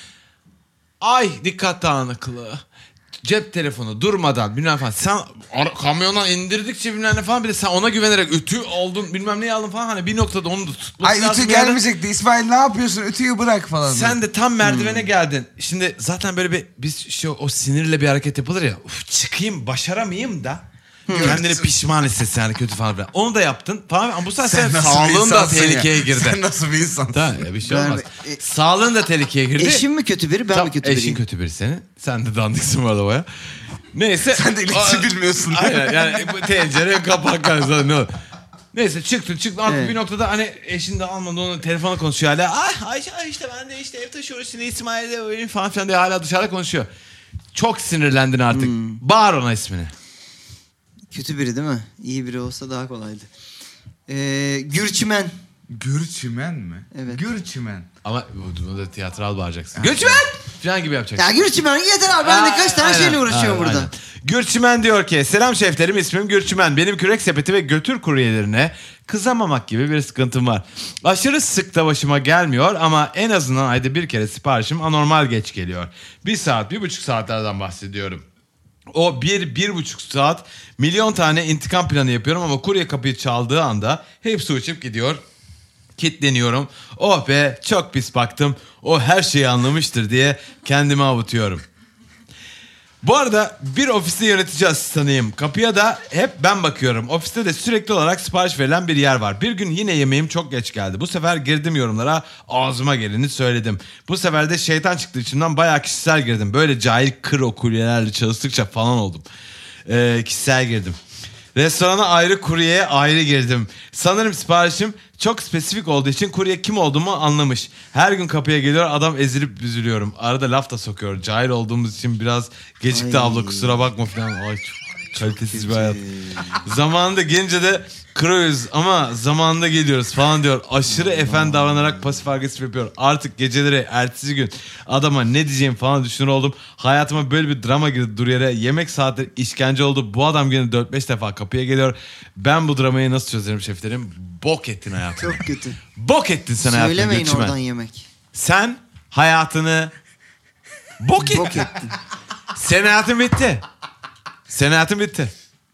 Ay dikkat dağınıklığı. Cep telefonu durmadan bilmem falan. Sen ara- kamyondan indirdikçe bilmem ne falan bir de sen ona güvenerek ütü aldın bilmem neyi aldın falan. Hani bir noktada onu da tutması Ay lazım ütü yani. gelmeyecekti. İsmail ne yapıyorsun? Ütüyü bırak falan. Sen de tam merdivene Hmm. geldin. Şimdi zaten böyle bir biz şu o sinirle bir hareket yapılır ya. Uf, çıkayım başaramayayım da. Kendini pişman hissetsin yani kötü falan filan. Onu da yaptın falan ama bu sefer senin nasıl bir sağlığın da insansın ya? tehlikeye girdi. Sen nasıl bir insansın? Tamam ya bir şey Ben- olmaz. e- Sağlığın da tehlikeye girdi. Eşim mi kötü biri ben Tam mi kötü eşin biriyim? kötü biri senin. Sen de dandiksin bu arada baya. Neyse. Sen de iletişim Aa, bilmiyorsun. Aynen yani bu tencere kapak karşısında ne olur. Neyse çıktın çıktın artık Evet. bir noktada hani eşin de almadı onun telefona konuşuyor hala. Ay, ay, ay işte ben de işte ev taşıyoruz şimdi İsmail'de öyle falan filan diye hala dışarıda konuşuyor. Çok sinirlendin artık. Hmm. Bağır ona ismini. Kötü biri değil mi? İyi biri olsa daha kolaydı. Ee, Gürçmen. Gürçimen mi? Evet. Gürçimen. Ama bunu da tiyatral bağıracaksın. Göçmen! Falan gibi yapacaksın. Ya Gürçmen yeter abi ben de kaç tane Aynen, şeyle uğraşıyorum aynen, burada. aynen. Gürçmen diyor ki selam şeflerim ismim Gürçmen. Benim kürek sepeti ve götür kuryelerine kızamamak gibi bir sıkıntım var. Aşırı sık da başıma gelmiyor ama en azından ayda bir kere siparişim anormal geç geliyor. Bir saat, bir buçuk saatlerden bahsediyorum. O bir, bir buçuk saat milyon tane intikam planı yapıyorum ama kurye kapıyı çaldığı anda hepsi uçup gidiyor. Kitleniyorum. Oh be çok pis baktım. O her şeyi anlamıştır diye kendimi avutuyorum. Bu arada bir ofiste yönetici asistanıyım. Kapıya da hep ben bakıyorum. Ofiste de sürekli olarak sipariş verilen bir yer var. Bir gün yine yemeğim çok geç geldi. Bu sefer girdim yorumlara ağzıma geleni söyledim. Bu sefer de şeytan çıktı içimden bayağı kişisel girdim. Böyle cahil kır okulyelerle çalıştıkça falan oldum. Ee, kişisel girdim. Restorana ayrı, kuryeye ayrı girdim. Sanırım siparişim çok spesifik olduğu için kurye kim olduğumu anlamış. Her gün kapıya geliyor, adam ezilip büzülüyorum. Arada laf da sokuyor. Cahil olduğumuz için biraz gecikti Ay. abla, kusura bakma falan. Ay çok kalitesiz bir hayat. Zamanında gelince de kırıyoruz ama zamanında geliyoruz falan diyor. Aşırı efendi davranarak pasif agresif yapıyor. Artık geceleri ertesi gün adama ne diyeceğim falan düşünür oldum. Hayatıma böyle bir drama girdi dur yere. Yemek saatleri işkence oldu. Bu adam günde dört beş defa kapıya geliyor. Ben bu dramayı nasıl çözerim şeflerim? Bok ettin hayatını. Çok kötü. Bok ettin sen hayatını. Söylemeyin Gökçümen. oradan yemek. Sen hayatını bok ettin. Bok ettin. Senin hayatın bitti. Senin hayatın bitti.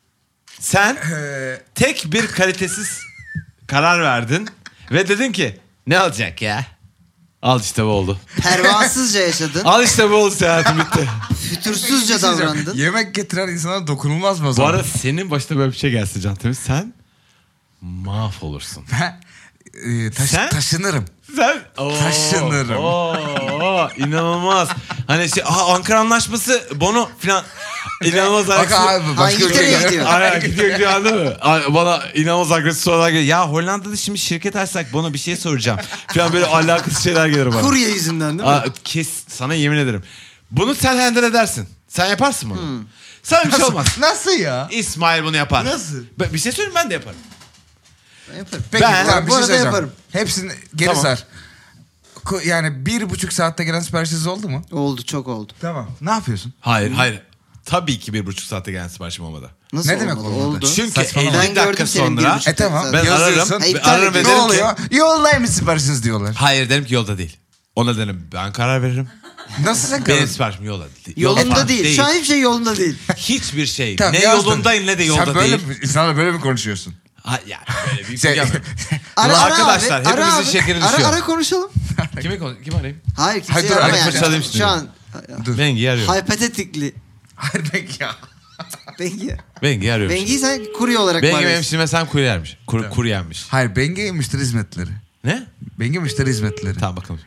Sen tek bir kalitesiz karar verdin ve dedin ki ne olacak ya? Al işte bu oldu. Pervasızca yaşadın. Al işte bu oldu, senin hayatın bitti. Fütursuzca davrandın. Yemek getiren insana dokunulmaz mı o Bu zaman? arada senin başına böyle bir şey gelse Can Temiz, sen mahvolursun. Ben e, taş- Sen? taşınırım. Sen Oo, Taşınırım. Oo, inanılmaz. Hani şey, aha, Ankara Anlaşması, Bono falan. İnanılmaz Bak agresif. abi başka İngiltere'ye ülkeye- gidiyor. Aynen gidiyor gidiyor, anladın mı? Ay, bana inanılmaz agresif sorular geliyor. Ya Hollanda'da şimdi şirket açsak Bono bir şey soracağım. Falan böyle alakasız şeyler gelir bana. Kurye yüzünden değil mi? Aa, kes, sana yemin ederim. Bunu sen handle edersin. Sen yaparsın bunu. Hmm. Sana bir şey olmaz. Nasıl ya? İsmail bunu yapar. Nasıl? Ben- Bir şey söyleyeyim, ben de yaparım. Ben yaparım. Peki Ben- tamam, bir Bu şey arada söyleyeceğim. yaparım. Hepsini geri Tamam. sar. Ko- Yani bir buçuk saatte gelen siparişiniz oldu mu? Oldu, çok oldu. Tamam. Ne yapıyorsun? Hayır hayır. Tabii ki bir buçuk saate gelen siparişim olmadı. Nasıl Ne demek olmadı? olmadı? Oldu. Çünkü Saçmalama. elli Ben gördüm dakika senin bir sonra buçuk E tamam. saat. ben Yazıyorsun. ararım. Hayır, ve iptal ararım ve ediyor. Ne derim ki, oluyor? Yollayın siparişiniz diyorlar. hayır derim ki yolda değil. Ona derim ben karar veririm. Nasıl sen Benim karar- siparişim yolda değil. Yolunda değil. Şu an hiçbir şey yolunda değil. Hiçbir şey. Tamam, ne yazdın. yolundayım ne de yolda Sen böyle değil. mi- insanla böyle mi konuşuyorsun? Ha, yani böyle bir Sen- şey yapmıyorum. Ara, Ulan ara arkadaşlar, abi, ara hepimizin abi. şekeri Ara düşüyor. ara konuşalım. Kimi, kon- kimi arayayım? Hayır kimseyi Hayır, dur, arama ara yani. fırçalayayım Şu şimdi. an Dur. Bengi'yi arıyorum. hypothetically. Hayır peki ya. Bengi. Bengi'yi arıyorum. Bengi'yi sen kurye olarak Bengi var. benim şimdimesem kuryermiş. Kur, kuryermiş. Hayır Bengi müşteri hizmetleri. Ne? Bengi müşteri hizmetleri. Tamam bakalım.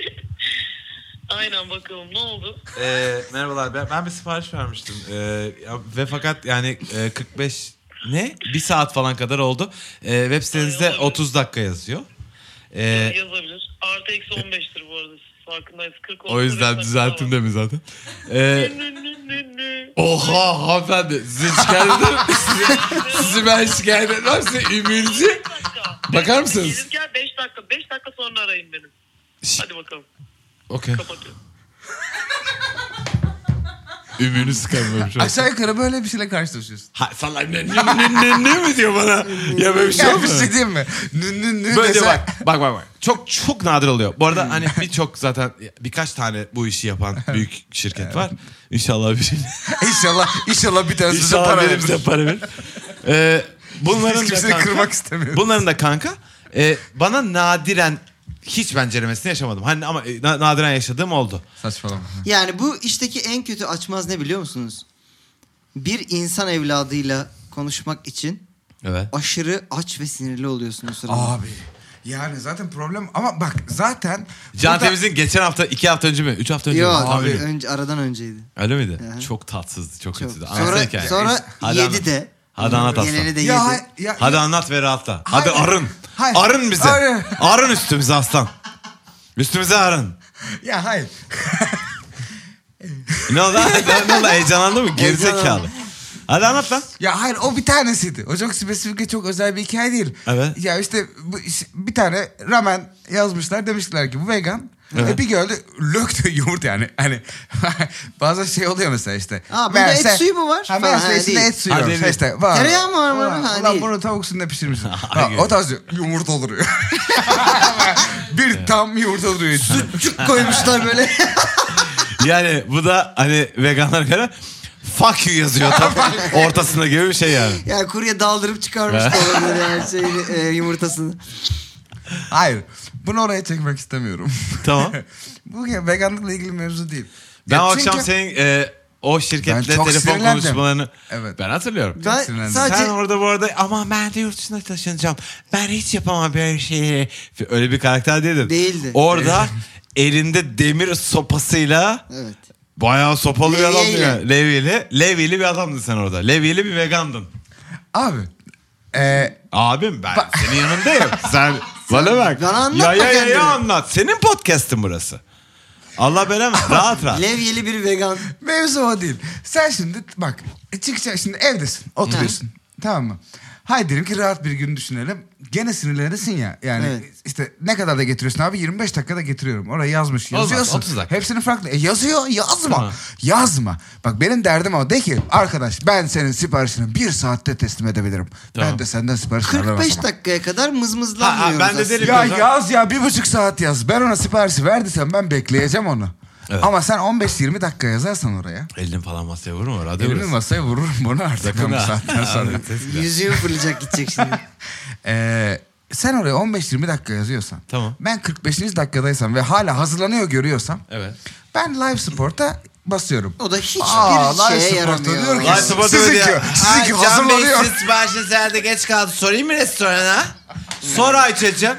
Aynen bakalım ne oldu? Ee, merhabalar, ben, ben bir sipariş vermiştim. Ee, ya- ve fakat yani e, kırk beş ne? Bir saat falan kadar oldu. Ee, web sitenizde Ay, otuz dakika yazıyor. Ee, Yazabilir. Artı eksi on beştir bu arada. Siz farkındayız. kırk o yüzden düzelttim de mi zaten? Ee, Nü, nü, nü, nü. oha hanımefendi, sizi şikayet ederim. sizi, sizi ben şikayet ederim. Size ümürcü. Beş dakika. Bakar mısınız? Gelirken beş dakika. beş dakika sonra arayın beni. Şş, Hadi bakalım. okey. Kapatıyorum. Ümünü sıkamıyorum şu an. Aşağı yukarı böyle bir şeyle karşılaşıyorsun. Ha, sana ne, ne, ne, ne, ne mi diyor bana? Ya böyle bir şey Ya olmuyor. bir şey diyeyim mi? Nü nü nü Böyle desen- bak, bak bak bak. Çok çok nadir oluyor. Bu arada hani birçok zaten birkaç tane bu işi yapan büyük şirket var. İnşallah bir şey. İnşallah, inşallah bir tanesi bize İnşallah para benim verir. size para verir. Ee, bunların Biz da kimseyi kanka, kırmak istemiyoruz. bunların da kanka e, bana nadiren hiç benceremesini yaşamadım. Hani ama e, na- nadiren yaşadığım oldu. Saçmalama. Yani bu işteki en kötü açmaz ne biliyor musunuz? Bir insan evladıyla konuşmak için Evet. aşırı aç ve sinirli oluyorsun o sırada. Abi. Yani zaten problem ama bak zaten Can burada- Temiz'in geçen hafta, iki hafta önce mi? Üç hafta önce mi? Yok Tam abi bilmiyorum. önce, aradan önceydi. Öyle miydi? Aha. Çok tatsızdı, çok, Çok. kötüydü. Sonra, Anlatsana hikayeyi. sonra Hadi anlat. yedi de. Hadi anlat aslan. Geleni de yedi. ya, hay- ya, Hadi anlat ve rahatla. Hadi Hayır. arın. Hayır. Arın bize. Hayır. Arın üstümüze aslan. Üstümüze arın. ya hayır. Ne oldu? ne, ne oldu? Heyecanlandın mı? Gerizekalı. Heyecanlandım. Hadi anlat lan. Ya hayır o bir tanesiydi. O çok spesifik ve çok özel bir hikaye değil. Evet. Ya işte bu, bir tane ramen yazmışlar demişler ki bu vegan. Evet. E bir gördü lök de yumurta yani. Hani bazen şey oluyor mesela işte. Aa, bunda et suyu mu var? Ha, Falan, meğerse ha, içinde değil. et suyu Ha, var. değil, İşte, var. Tereyağı mı var mı? Ulan, Ha, ulan değil. bunu tavuk suyunda pişirmişsin. ha, Hayır. o tarz diyor. Yumurta duruyor. bir tam yumurta duruyor içinde. Sucuk koymuşlar böyle. Yani bu da hani veganlar göre fuck you yazıyor tam ortasında gibi bir şey yani. ya kurye daldırıp çıkarmış da olabilir yani şeyini, e, yumurtasını. Hayır. Bunu oraya çekmek istemiyorum. Tamam. Bu ya veganlıkla ilgili mevzu değil. Ben Ya o çünkü- akşam senin e, o Ben şirketle çok telefon sinirlendim. konuşmalarını Evet. ben hatırlıyorum. Ben sinirlendim. sadece Sen orada bu arada ama ben de yurt dışına taşınacağım. Ben hiç yapamam böyle şeyi. Öyle bir karakter değildin. Değildi. Orada elinde demir sopasıyla evet. bayağı sopalı bir adamdı Levyeyle. ya. Levy'li. Levy'li bir adamdın sen orada. Levy'li bir vegandın. Abi. E, Abim ben senin yanındayım. Sen bana bak. Bana anlatma ya ya ya, kendini. ya anlat. Senin podcast'ın burası. Allah belamı. Rahat rahat. Levyeli bir vegan. Mevzu o değil. Sen şimdi bak çıkacaksın şimdi evdesin oturuyorsun. Tamam mı? Haydi diyelim ki rahat bir gün düşünelim. Gene sinirlenirsin ya. Yani Evet. işte ne kadar da getiriyorsun abi? yirmi beş dakikada getiriyorum. Oraya yazmış. Olmaz, Yazıyorsun. otuz dakika. Hepsini farklı. E yazıyor yazma. Tamam. Yazma. Bak benim derdim o. De ki arkadaş ben senin siparişini bir saatte teslim edebilirim. Tamam. Ben de senden sipariş kırk beş alamazsam. dakikaya kadar mızmızlanmıyoruz Ha, ha, ben de aslında. derim. Ya Tamam. yaz ya bir buçuk saat yaz. Ben ona siparişi verdiysem ben bekleyeceğim onu. Evet. Ama sen on beş yirmi dakika yazarsan oraya. Elini falan masaya vurur mu? Radyo Elimi burası. masaya vururum bunu artık Sakın ben bu ha. saatten sonra. Yüzüğün fırlayacak gidecek şimdi. Ee, sen oraya on beş yirmi dakika yazıyorsan. Tamam. Ben kırk beşinci dakikadaysam ve hala hazırlanıyor görüyorsam. Evet. Ben live sport'a basıyorum. O da hiçbir Aa, live şeye sport'ta yaramıyor. diyor ki Live sport'ta sizinki, diyor. sizinki hazırlanıyor. siparişin sende geç kaldı. Sorayım mı restorana? Sor Ayça'cığım.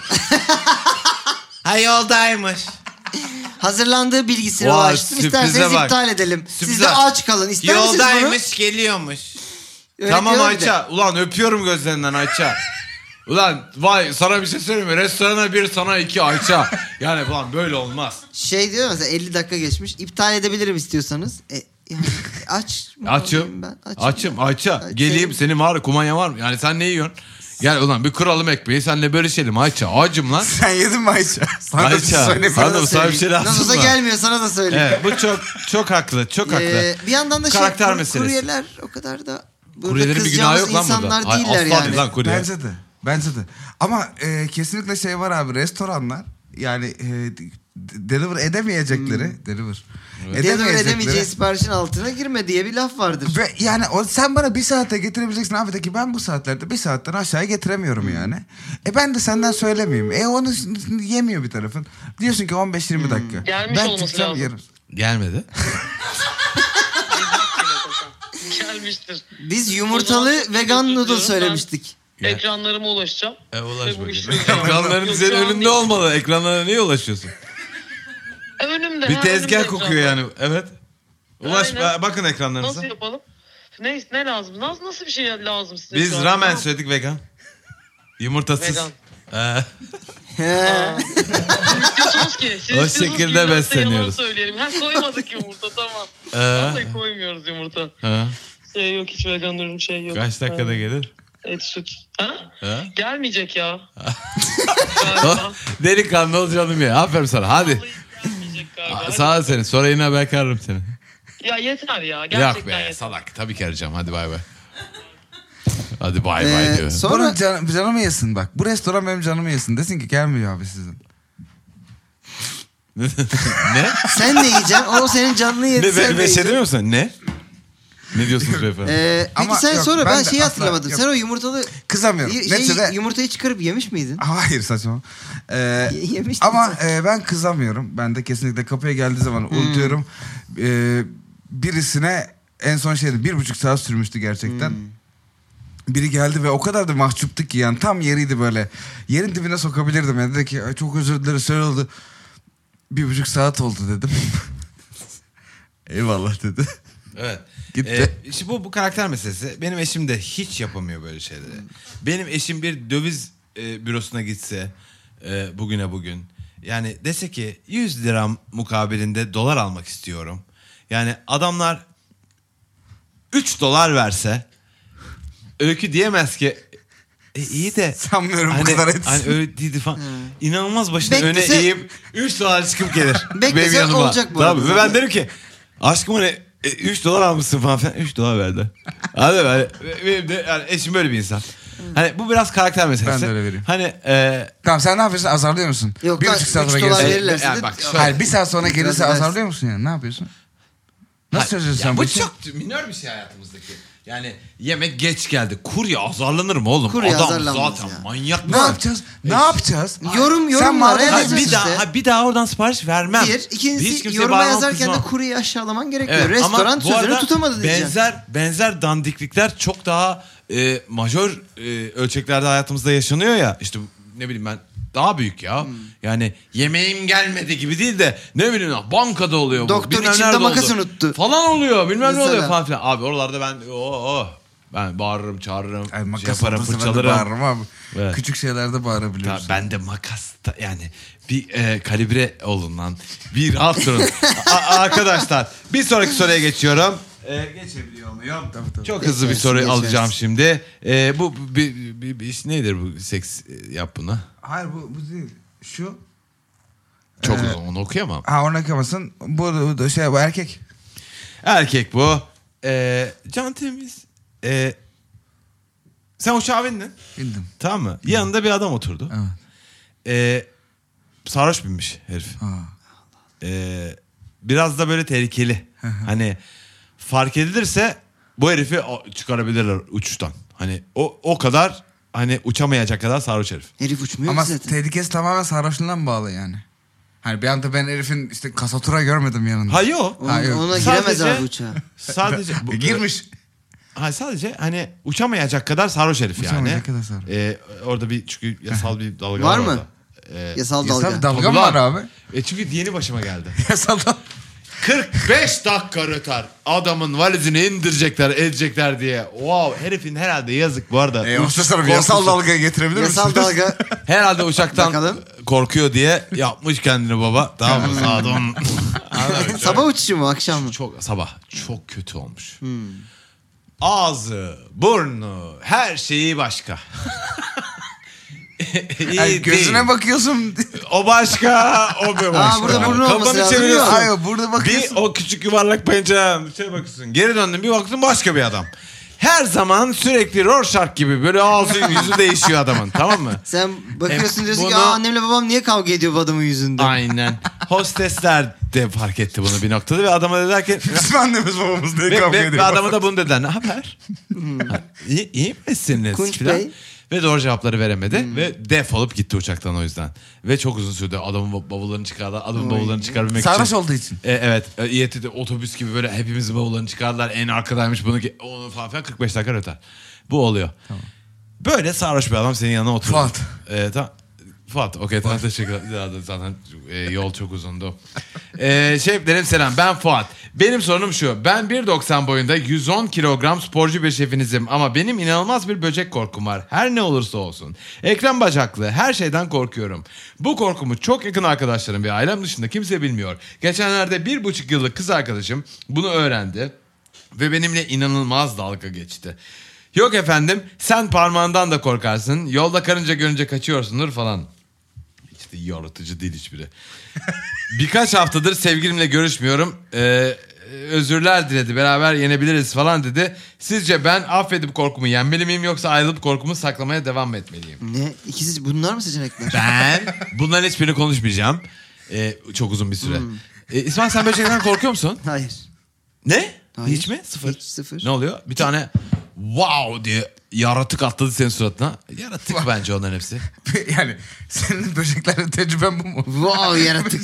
Ha yoldaymış. Hazırlandığı bilgisine Vay, ulaştım. sürprize İsterseniz bak. iptal edelim. Siz Sürprize de bak. aç kalın. İster misiniz bunu? Yoldaymış geliyormuş. Öyle Tamam diyor bir de. Ayça. Ulan öpüyorum gözlerinden Ayça. Ulan vay sana bir şey söyleyeyim mi? Restorana bir sana iki Ayça. Yani ulan böyle olmaz. Şey diyor mesela elli dakika geçmiş. İptal edebilirim istiyorsanız. E, yani aç. mı Açım. olayım Ben? Açım. Açım Ayça. Ay, Geleyim senin- senin var mı? Kumanya var mı? Yani sen ne yiyorsun? Gel ulan bir kuralım ekmeği. Senle bölüşelim Ayça. Acım lan. Sen yedin mi Ayça? Sana da bir Ayça. söyleyeyim. Sana da Sana bu sana bir şey söyleyeyim. lazım Nasıl olsa mı? gelmiyor sana da söyleyeyim. Evet bu çok çok haklı. Çok haklı. Ee, bir yandan da şey Karakter kur- meselesi. kuryeler o kadar da burada Kuryelerin bir günahı kızacağımız yok lan insanlar burada. Ay, değiller asla yani. değil lan kurye. Bence de. Bence de. Ama e, kesinlikle şey var abi restoranlar yani e, de- deliver edemeyecekleri Hmm. deliver. Deliver edemeyeceği siparişin altına girme diye bir laf vardır. Ve yani o, sen bana bir saatte getirebileceksin abi de ki ben bu saatlerde bir saatten aşağıya getiremiyorum yani. E ben de senden söylemeyeyim. E onu yemiyor bir tarafın. Diyorsun ki on beş yirmi dakika. Gelmiş ben olması çıksam lazım. yerim. Gelmedi. Gelmiştir. Biz O yumurtalı zaman çok vegan özür noodle diliyorum. söylemiştik. Ya. Ekranlarıma ulaşacağım. E ulaş Ve bu bakayım. işi çözeceğim. Ekranların Yok, senin şu an önünde değil. olmalı. Ekranlara niye ulaşıyorsun? E, önümde. Bir ha, tezgah önümde kokuyor ekran. yani. Evet. Ulaş Aynen. bakın ekranlarınıza. Nasıl yapalım? Ne, ne lazım? Nasıl, nasıl bir şey lazım size Biz şu an? ramen Tamam. söyledik vegan. Yumurtasız. Vegan. Ee, He. Siz istiyorsunuz ki. Siz O istiyorsunuz şekilde ki ben size besleniyoruz. yalan söyleyelim. Ha koymadık yumurta tamam. Ee? Vallahi koymuyoruz yumurta. ha, Şey yok hiç vegan ürün şey yok. kaç dakikada Ha, gelir? Et süt. Ha? Ha? Gelmeyecek ya. Galiba. Delikanlı ol canım ya. Aferin sana. Hadi. Vallahi gelmeyecek galiba. Hadi. Sağ ol seni. Sonra yine haber kararım seni. Ya yeter ya. Gerçekten Yok be yeter. salak. Tabii ki arayacağım. Hadi bay bay. Hadi bay bay Ee, diyor. sonra Bunun can, canımı yesin bak. Bu restoran benim canımı yesin. Desin ki gelmiyor abi sizin. Ne? sen ne yiyeceksin? O senin canını yedi. Ne? sen Be, ne be, şey yiyeceksin? demiyor musun? Ne? Ne diyorsunuz beyefendi? Ee, peki Ama sen yok, sonra ben ben, de şeyi asla- hatırlamadım. yok. Sen o yumurtalı Kızamıyorum. y- Neyse şey, de- yumurtayı çıkarıp yemiş miydin? Hayır saçma. Ee, Ye- yemiştin ama sen. e, ben kızamıyorum. Ben de kesinlikle kapıya geldiği zaman unutuyorum. Ee, birisine en son şeydi bir buçuk saat sürmüştü gerçekten. Biri geldi ve o kadar da mahcuptu ki yani tam yeriydi böyle. Yerin dibine sokabilirdim. Yani dedi ki "Ay, çok özür dilerim söyle oldu. Bir buçuk saat oldu dedim. Eyvallah dedi. Evet. Gitti. Ee, işte bu bu karakter meselesi. Benim eşim de hiç yapamıyor böyle şeyleri. Benim eşim bir döviz e, bürosuna gitse e, bugüne bugün yani dese ki yüz lira mukabilinde dolar almak istiyorum. Yani adamlar üç dolar verse Öykü diyemez ki e, iyi de Sanmıyorum bu hani, kadar etsin. hani öyle değildi falan. İnanılmaz başına Beklese- öne eğip üç dolar çıkıp gelir. Beklese benim yanıma. olacak bu Tamam, arada. ve ben derim ki aşkım hani üç dolar almışsın falan filan. üç dolar verdi. Hadi böyle. Benim de yani eşim böyle bir insan. Hani bu biraz karakter meselesi. Ben de öyle vereyim. Hani e, Tamam sen ne yapıyorsun? Azarlıyor musun? Yok bir lan, buçuk saat üç sonra dolar gelirse. verirlerse Yani de- bak, şöyle- Hayır bir saat sonra gelirse İtiraz edersin. azarlıyor musun yani? Ne yapıyorsun? Nasıl çözüyorsun ya sen bu bu işi? çok minör bir şey hayatımızdaki. Yani yemek geç geldi. Kurye azarlanır mı oğlum? Kurye Adam azarlanmaz zaten ya. manyak. Ne yapacağız? Ne yapacağız? Yorum Sen yorumlara madem- Hayır, yazacağız bir daha işte. ha, bir daha oradan sipariş vermem. Bir, Hiç ikincisi kimseye yoruma bağırmam, yazarken de kızmam. kuruyu aşağılaman gerekiyor. Evet, Restoran ama bu sözünü arada tutamadı diyeceksin. Benzer benzer dandiklikler çok daha e, majör e, ölçeklerde hayatımızda yaşanıyor ya. İşte ne bileyim ben daha büyük ya. Hmm. Yani yemeğim gelmedi gibi değil de ne bileyim ya, bankada oluyor bu. Doktor bilmem içimde nerede makas oldu. unuttu. Falan oluyor bilmem ne Mesela. oluyor falan filan. Abi oralarda ben o Ben bağırırım, çağırırım, Ay, şey makas yaparım, olursa ben de fırçalarım. bağırırım abi. Evet. Küçük şeylerde bağırabiliyoruz. Ta, ben de makas ta- yani bir e, kalibre olun lan. Bir rahat durun. A- arkadaşlar bir sonraki soruya geçiyorum. E, geçebiliyor muyum? Tabii, tabii. Çok hızlı bir Geçersin, soru geçersin. alacağım şimdi. E, bu bir, bir, bir iş nedir bu seks e, yap bunu? Hayır bu, bu değil. Şu. Çok Ee, uzun onu okuyamam. Ha onu yıkamasın. Bu, bu da şey bu erkek. Erkek bu. E, can temiz. E, sen uçağa bindin. Bildim. Tamam mı? Yanında bir adam oturdu. Evet. E, sarhoş binmiş herif. Ha. Ee, biraz da böyle tehlikeli. Hani fark edilirse bu herifi o- çıkarabilirler uçuştan. Hani o o kadar hani uçamayacak kadar sarhoş herif. Herif uçmuyor Ama ki zaten. tehlikesi tamamen sarhoşluğundan bağlı yani. Hani bir anda ben herifin işte kasatura görmedim yanında. Ha yok. Ona, Ha, yok. ona giremez Sadece- abi uçağa. Sadece bu- E, girmiş. Ha sadece hani uçamayacak kadar sarhoş herif yani. Uçamayacak kadar sarhoş. Ee, orada bir çünkü yasal bir dalga Var var, mı? orada. Ee, Yasal dalga. Yasal dalga Tabii mı var lan. abi? E çünkü yeni başıma geldi. Yasal dalga. kırk beş dakika rötar. Adamın valizini indirecekler, edecekler diye. Wow, herifin herhalde yazık bu arada. E, Uç- Usta Sarım yasal korkusu. dalgaya getirebilir Yasal misiniz? dalga. Herhalde uçaktan Bakalım. korkuyor diye yapmış kendini baba. Tamam mı? Saat on. Anladın mı? Sabah uçuşu mu akşam mı? Çok sabah çok kötü olmuş. Ağzı, burnu, her şeyi başka. İyi Yani gözüne değil. bakıyorsun. O başka, o bir başka. burada burnu olması Kafanı lazım. çeviriyorsun. Hayır burada bakıyorsun. Bir o küçük yuvarlak pencereden şey bakıyorsun. Geri döndün bir baktın başka bir adam. Her zaman sürekli Rorschach gibi böyle ağzı yüzü değişiyor adamın, tamam mı? Sen bakıyorsun E, diyorsun ki bunu- Aa, annemle babam niye kavga ediyor bu adamın yüzünden? Aynen. Hostesler de fark etti bunu bir noktada ve adama dediler ki Bizim annemiz babamız diye ve, kavga ve, ediyor. ve adama da bunu dediler. Ne haber? Ha, iyi, iyi misiniz? Kunç Filan. Bey. Ve doğru cevapları veremedi ve defolup gitti uçaktan o yüzden. Ve çok uzun sürdü adamın bavullarını çıkardılar. Adamın bavullarını çıkarabilmek için. Sarhoş olduğu için. E, evet. E, İ Y T'de otobüs gibi böyle hepimizin bavullarını çıkardılar. En arkadaymış bunu ki onu falan filan kırk beş dakika öter. Bu oluyor. Böyle sarhoş bir adam senin yanına oturdu. Fuat. E, ta- Fuat. Okey tamam teşekkür ederim. Zaten e, yol çok uzundu. E, şeflerim selam. Ben Fuat. Benim sorunum şu. Ben bir doksan boyunda yüz on kilogram sporcu bir şefinizim. Ama benim inanılmaz bir böcek korkum var. Her ne olursa olsun. Ekrem bacaklı. Her şeyden korkuyorum. Bu korkumu çok yakın arkadaşlarım ve ailem dışında kimse bilmiyor. Geçenlerde bir buçuk yıllık kız arkadaşım bunu öğrendi. Ve benimle inanılmaz dalga geçti. Yok efendim sen parmağından da korkarsın. Yolda karınca görünce kaçıyorsundur falan. İşte yaratıcı değil hiçbiri. Birkaç haftadır sevgilimle görüşmüyorum. Ee, özürler diledi. Beraber yenebiliriz falan dedi. Sizce ben affedip korkumu yenmeli miyim yoksa ayrılıp korkumu saklamaya devam mı etmeliyim? Ne? İkisi bunlar mı seçenekler? Ben bunların hiçbirini konuşmayacağım. Ee, çok uzun bir süre. Ee, İsmail sen böcekten korkuyor musun? Hayır. Ne? Hayır. Hiç mi? Sıfır. Hiç sıfır. Ne oluyor? Bir tane wow diye yaratık atladı senin suratına. Yaratık bence onların hepsi. Yani senin böceklerle tecrüben bu mu? Wow yaratık.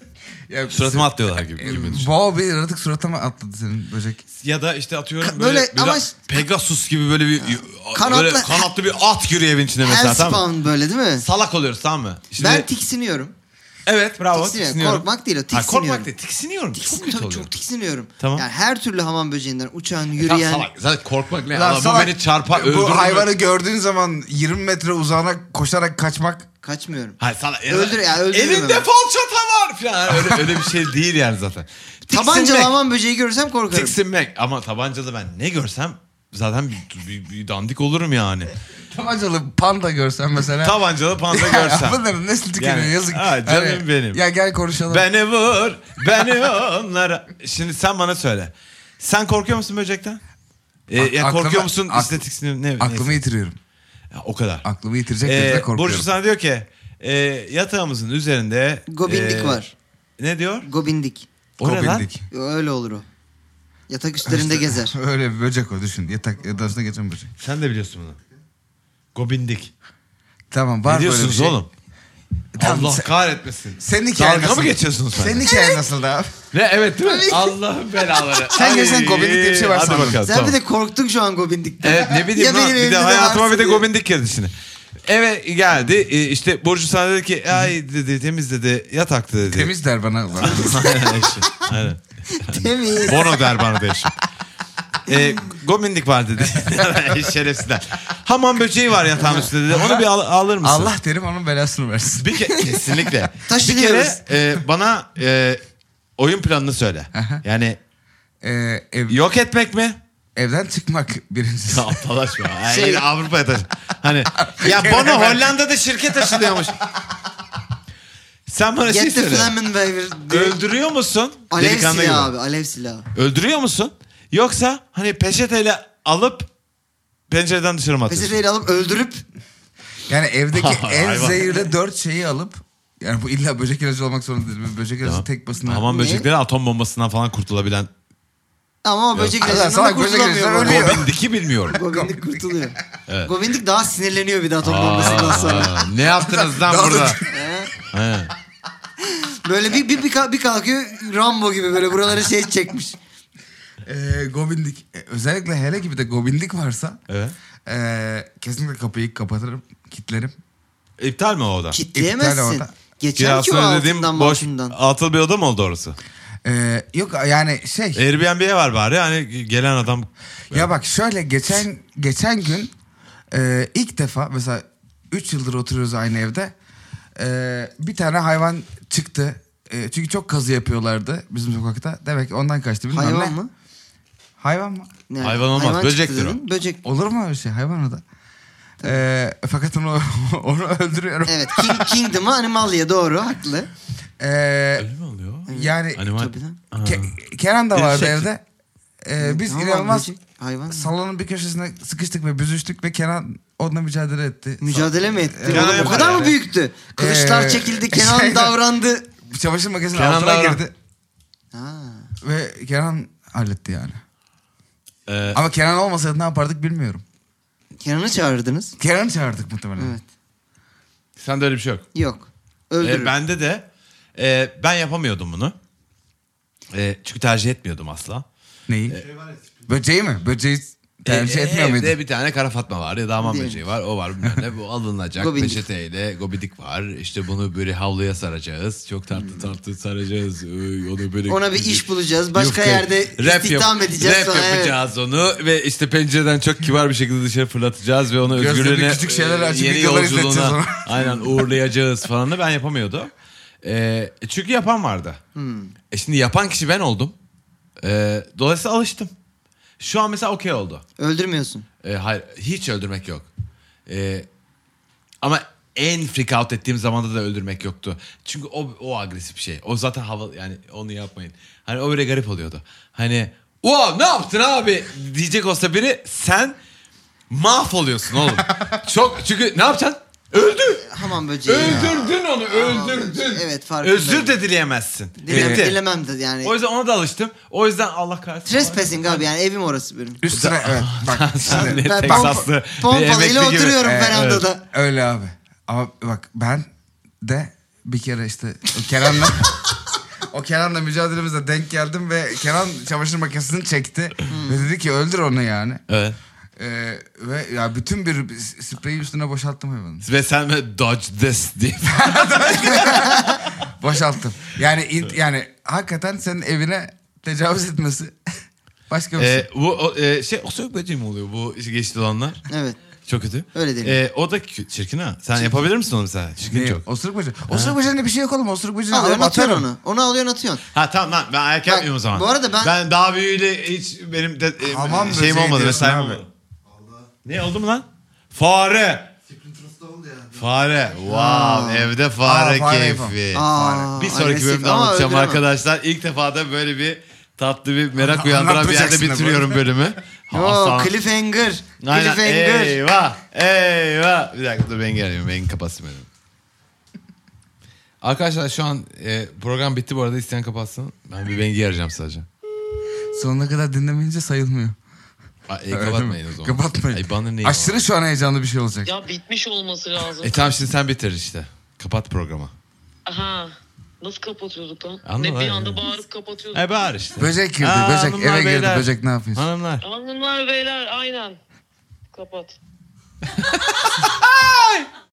Ya, Suratıma atlıyorlar gibi. e, gibi düşün. Wow bir yaratık suratıma atladı senin böcek. Ya da işte atıyorum Ka- böyle, böyle bir ama- de Pegasus gibi böyle bir Kanatlı- böyle kanatlı bir at giriyor evin içine mesela Her tamam mı? spawn böyle değil mi? Salak oluyoruz tamam mı? Şimdi, Ben tiksiniyorum. evet bravo Tiksiniyorum. tiksiniyorum. Korkmak değil o, Ha, tiksiniyorum. korkmak değil tiksiniyorum. Çok Tiksin, kötü tabii oluyor. çok tiksiniyorum. Tamam. Yani her türlü hamam böceğinden uçan, Tamam, yürüyen. salak. Zaten korkmak ne? Lan Allah, bu salak, beni çarpar öldürür. Bu mü? hayvanı gördüğün zaman yirmi metre uzağına koşarak kaçmak. Kaçmıyorum. Hayır salak. Öldür ya, öldürürüm Elinde hemen. falçata var falan. Öyle, öyle bir şey değil yani zaten. Tabancalı Tiksinmek. hamam böceği görürsem korkarım. Tiksinmek. Ama tabancalı ben ne görsem zaten bir, bir, bir dandik olurum yani. Tabancalı panda görsen mesela. Tabancalı panda görsem. Bunların nesli tükeniyor Yani, yazık. ha, canım benim. Ya gel konuşalım. Beni vur, beni onlara. Şimdi sen bana söyle. Sen korkuyor musun böcekten? Ee, Ak- ya aklıma- korkuyor musun? ak- İşte tiksiniyor. Ne, Aklımı neyse. yitiriyorum. Ya, o kadar. Aklımı yitirecek Ee, ee, korkuyorum. Burcu sana diyor ki e, yatağımızın üzerinde Gobindik e, var. Ne diyor? Gobindik. O ne lan? Gobindik. Öyle olur o. Yatak üstlerinde gezer. Öyle bir böcek o düşün. Yatak yatağında geçen böcek. Sen de biliyorsun bunu. Gobindik. Tamam var Ne böyle bir diyorsunuz şey. oğlum? Tamam, Allah sen- kahretmesin. Senin hikayen Dalga nasıl? mı geçiyorsunuz sen? Senin hikayen nasıldı abi? Ne evet değil mi? Allah'ın belaları. Sen görsen Ay, Gobindik diye bir şey var hadi sandım. bakalım, Sen tamam. bir de korktun şu an Gobindik'ten. Evet ne bileyim Ya lan benim bir de evimde de hayatıma bir varsa de diye. Gobindik girdi şimdi. Eve geldi e, işte Burcu sana dedi ki ay dedi temiz dedi yataktı dedi. Temiz der bana. Aynen eşim. Aynen. Temiz. Bono der bana da eşim. e, gomindik var dedi. Şerefsizler. Hamam böceği var yatağın üstünde dedi. Onu bir al- alır mısın? Allah derim onun belasını versin. Bir ke- kesinlikle. bir Taşınıyoruz. kere e, bana e, oyun planını söyle. Aha. Yani Ee, ev, yok etmek mi? evden çıkmak birincisi. Aptalaşma. Yani Şey- yine Avrupa'ya taşı. Hani ya Bono Hollanda'da şirket açılıyormuş. Sen bana şey Get the söyle. Flammenweaver diye. Öldürüyor musun? Alev Delikanlı gibi. silahı abi. Alev silahı. Öldürüyor musun? Yoksa hani peçeteyle alıp pencereden dışarı mı atıyorsun? Peçeteyle alıp öldürüp Yani evdeki en Hayvan. zehirli dört şeyi alıp yani bu illa böcek ilacı olmak zorunda değil. Böcek ilacı Tamam. tek başına. Hamam Ne? böcekleri atom bombasından falan kurtulabilen. ama o böcek Allah ilacından salak, da böcek kurtulamıyor. ilacından bu arada. ölüyor. Gobindiki bilmiyorum. Govindik kurtuluyor. Evet. Govindik daha sinirleniyor bir de atom bombasından sonra. Aa, ne yaptınız lan Daha da- burada? He? He. Böyle bir, bir, bir, ka- bir kalkıyor Rambo gibi böyle buralara şey çekmiş. Ee, gobindik. Ee, özellikle hele gibi de gobindik varsa Evet. ee, kesinlikle kapıyı kapatırım, kilitlerim. İptal mi o oda? Kitleyemezsin. orada. Geçer ki o Kirasını ödediğim altından boş başından. atıl bir oda mı oldu orası? Ee, yok yani şey. Airbnb'ye var bari hani gelen adam. Ya bak şöyle geçen geçen gün e, ilk defa mesela üç yıldır oturuyoruz aynı evde. E, bir tane hayvan çıktı. E, çünkü çok kazı yapıyorlardı bizim sokakta. Demek ki ondan kaçtı. Bilmem Hayvan ne. mı? Hayvan mı? Ne? Hayvan olmaz, çıktı böcektir o. dedin, Böcek. Olur mu öyle şey? Hayvan o da. E, fakat onu onu öldürüyorum. Evet. King, Kingdom'u Animalia doğru haklı. E, Öyle mi oluyor? yani Animal. Tabii lan. Aa. Ke- Kenan da Bir vardı şey- evde. E, biz Tamam, inanılmaz böcek, hayvan. salonun bir köşesine sıkıştık ve büzüştük ve Kenan onunla mücadele etti. Mücadele mi etti? Kenan Oğlum, o yapar kadar ya. mı büyüktü? Kılıçlar Ee, çekildi, Kenan şeyden- davrandı. Çamaşır makinesinin Kenan altına davran- girdi. Ha. Ve Kenan halletti yani. Ee, Ama Kenan olmasaydı ne yapardık bilmiyorum. Kenan'ı çağırdınız. Kenan'ı çağırdık muhtemelen. Evet. sende öyle bir şey yok. Yok. Öldürür. Ee, bende de e, ben yapamıyordum bunu. E, çünkü tercih etmiyordum asla. Neyi? Böceği mi? Böceği tercih E, etmiyor evde muydun? bir tane kara fatma var ya da aman Değil böceği var. O var bilmem ne. Bu alınacak Gobidik. peçeteyle gobidik var. İşte bunu böyle havluya saracağız. Çok tartı tartı saracağız. Ee, Onu böyle Ona bir iş bulacağız. Başka Yufka- yerde rap istihdam yap- edeceğiz. Rap sonra, evet. yapacağız onu ve işte pencereden çok kibar bir şekilde dışarı fırlatacağız ve onu Gözlerine özgürlüğüne küçük şeyler e, açıp yeni videolar izleteceğiz yolculuğuna ona. aynen uğurlayacağız falan da ben yapamıyordum. Ee, çünkü yapan vardı. Hmm. E şimdi yapan kişi ben oldum. Ee, dolayısıyla alıştım. Şu an mesela okey oldu. Öldürmüyorsun. Ee, hayır hiç öldürmek yok. Ee, ama en freak out ettiğim zamanda da öldürmek yoktu. Çünkü o o agresif bir şey. O zaten hava yani onu yapmayın. Hani o böyle garip oluyordu. Hani wow ne yaptın abi diyecek olsa biri sen mahvoluyorsun oğlum. Çok çünkü ne yapacaksın? Öldü. Hamam böceği ya. Öldürdün onu Hamam öldürdün. böceği. Evet farkındayım. Özür de dileyemezsin. Dile- Bitti. Dilemem de yani. O yüzden ona da alıştım. O yüzden Allah kahretsin. Trespassing abi yani evim orası benim. Üstüne evet bak. Sen şimdi- ne Ben Teksaslı bir pompalıyla emekli gibi. oturuyorum Ee, verandada. Öyle abi. Ama bak ben de bir kere işte o Kenan'la o Kenan'la mücadelemizde denk geldim ve Kenan çamaşır makinesini çekti ve dedi ki öldür onu yani. Evet. Ee, ve ya bütün bir spreyi üstüne boşalttım hayvanın. Ve sen mi dodge this diye. Boşalttım. Yani in- yani hakikaten senin evine tecavüz etmesi başka bir şey. Ee, bu o, e, şey o soğuk böceği mi oluyor bu geçti olanlar? Evet. Çok kötü. Öyle değil. Ee, o da kü- çirkin ha. Sen yapabilir misin onu mesela? Çirkin Ne? çok. Osuruk böceği. Osuruk böceğinde bir şey yok oğlum. Osuruk böceğini Alıyorsun alıp atıyorsun atarım. onu. Onu alıyorsun atıyorsun. Ha tamam lan ben ayak yapmıyorum o zaman. bu arada ben- Ben daha büyüğüyle hiç benim de, e, Hamam şeyim böceği olmadı. diyorsun Mesela abi. olmadı. Ne oldu mu lan? Fare. Fare. Wow, evde fare Aa, fare keyfi. Aa, Bir sonraki agresif bölümde ama anlatacağım öldüremem. arkadaşlar. İlk defa da böyle bir tatlı bir merak Anlat- uyandıran bir yerde anlatmayacaksın da bitiriyorum bu. bölümü. Yo, Aslan- cliffhanger. Aynen. Cliffhanger. Eyvah. Eyvah. Bir dakika dur ben geliyorum. Ben kapatsın benim. Arkadaşlar şu an e, program bitti bu arada. İsteyen kapatsın. Ben bir Bengi'yi arayacağım sadece. Sonuna kadar dinlemeyince sayılmıyor. Aa, e, Öyle kapatmayın mi? o zaman. Kapatmayın. Ay, bana ne Aşırı şu an heyecanlı bir şey olacak. Ya bitmiş olması lazım. E tamam şimdi sen bitir işte. Kapat programı. Aha. Nasıl kapatıyorduk lan? Anladım, ne bir aynen. anda bağırıp kapatıyorduk. E bağır işte. Böcek girdi, Aa, böcek hanımlar, eve girdi, beyler. böcek ne yapıyorsun? Hanımlar. Hanımlar beyler aynen. Kapat.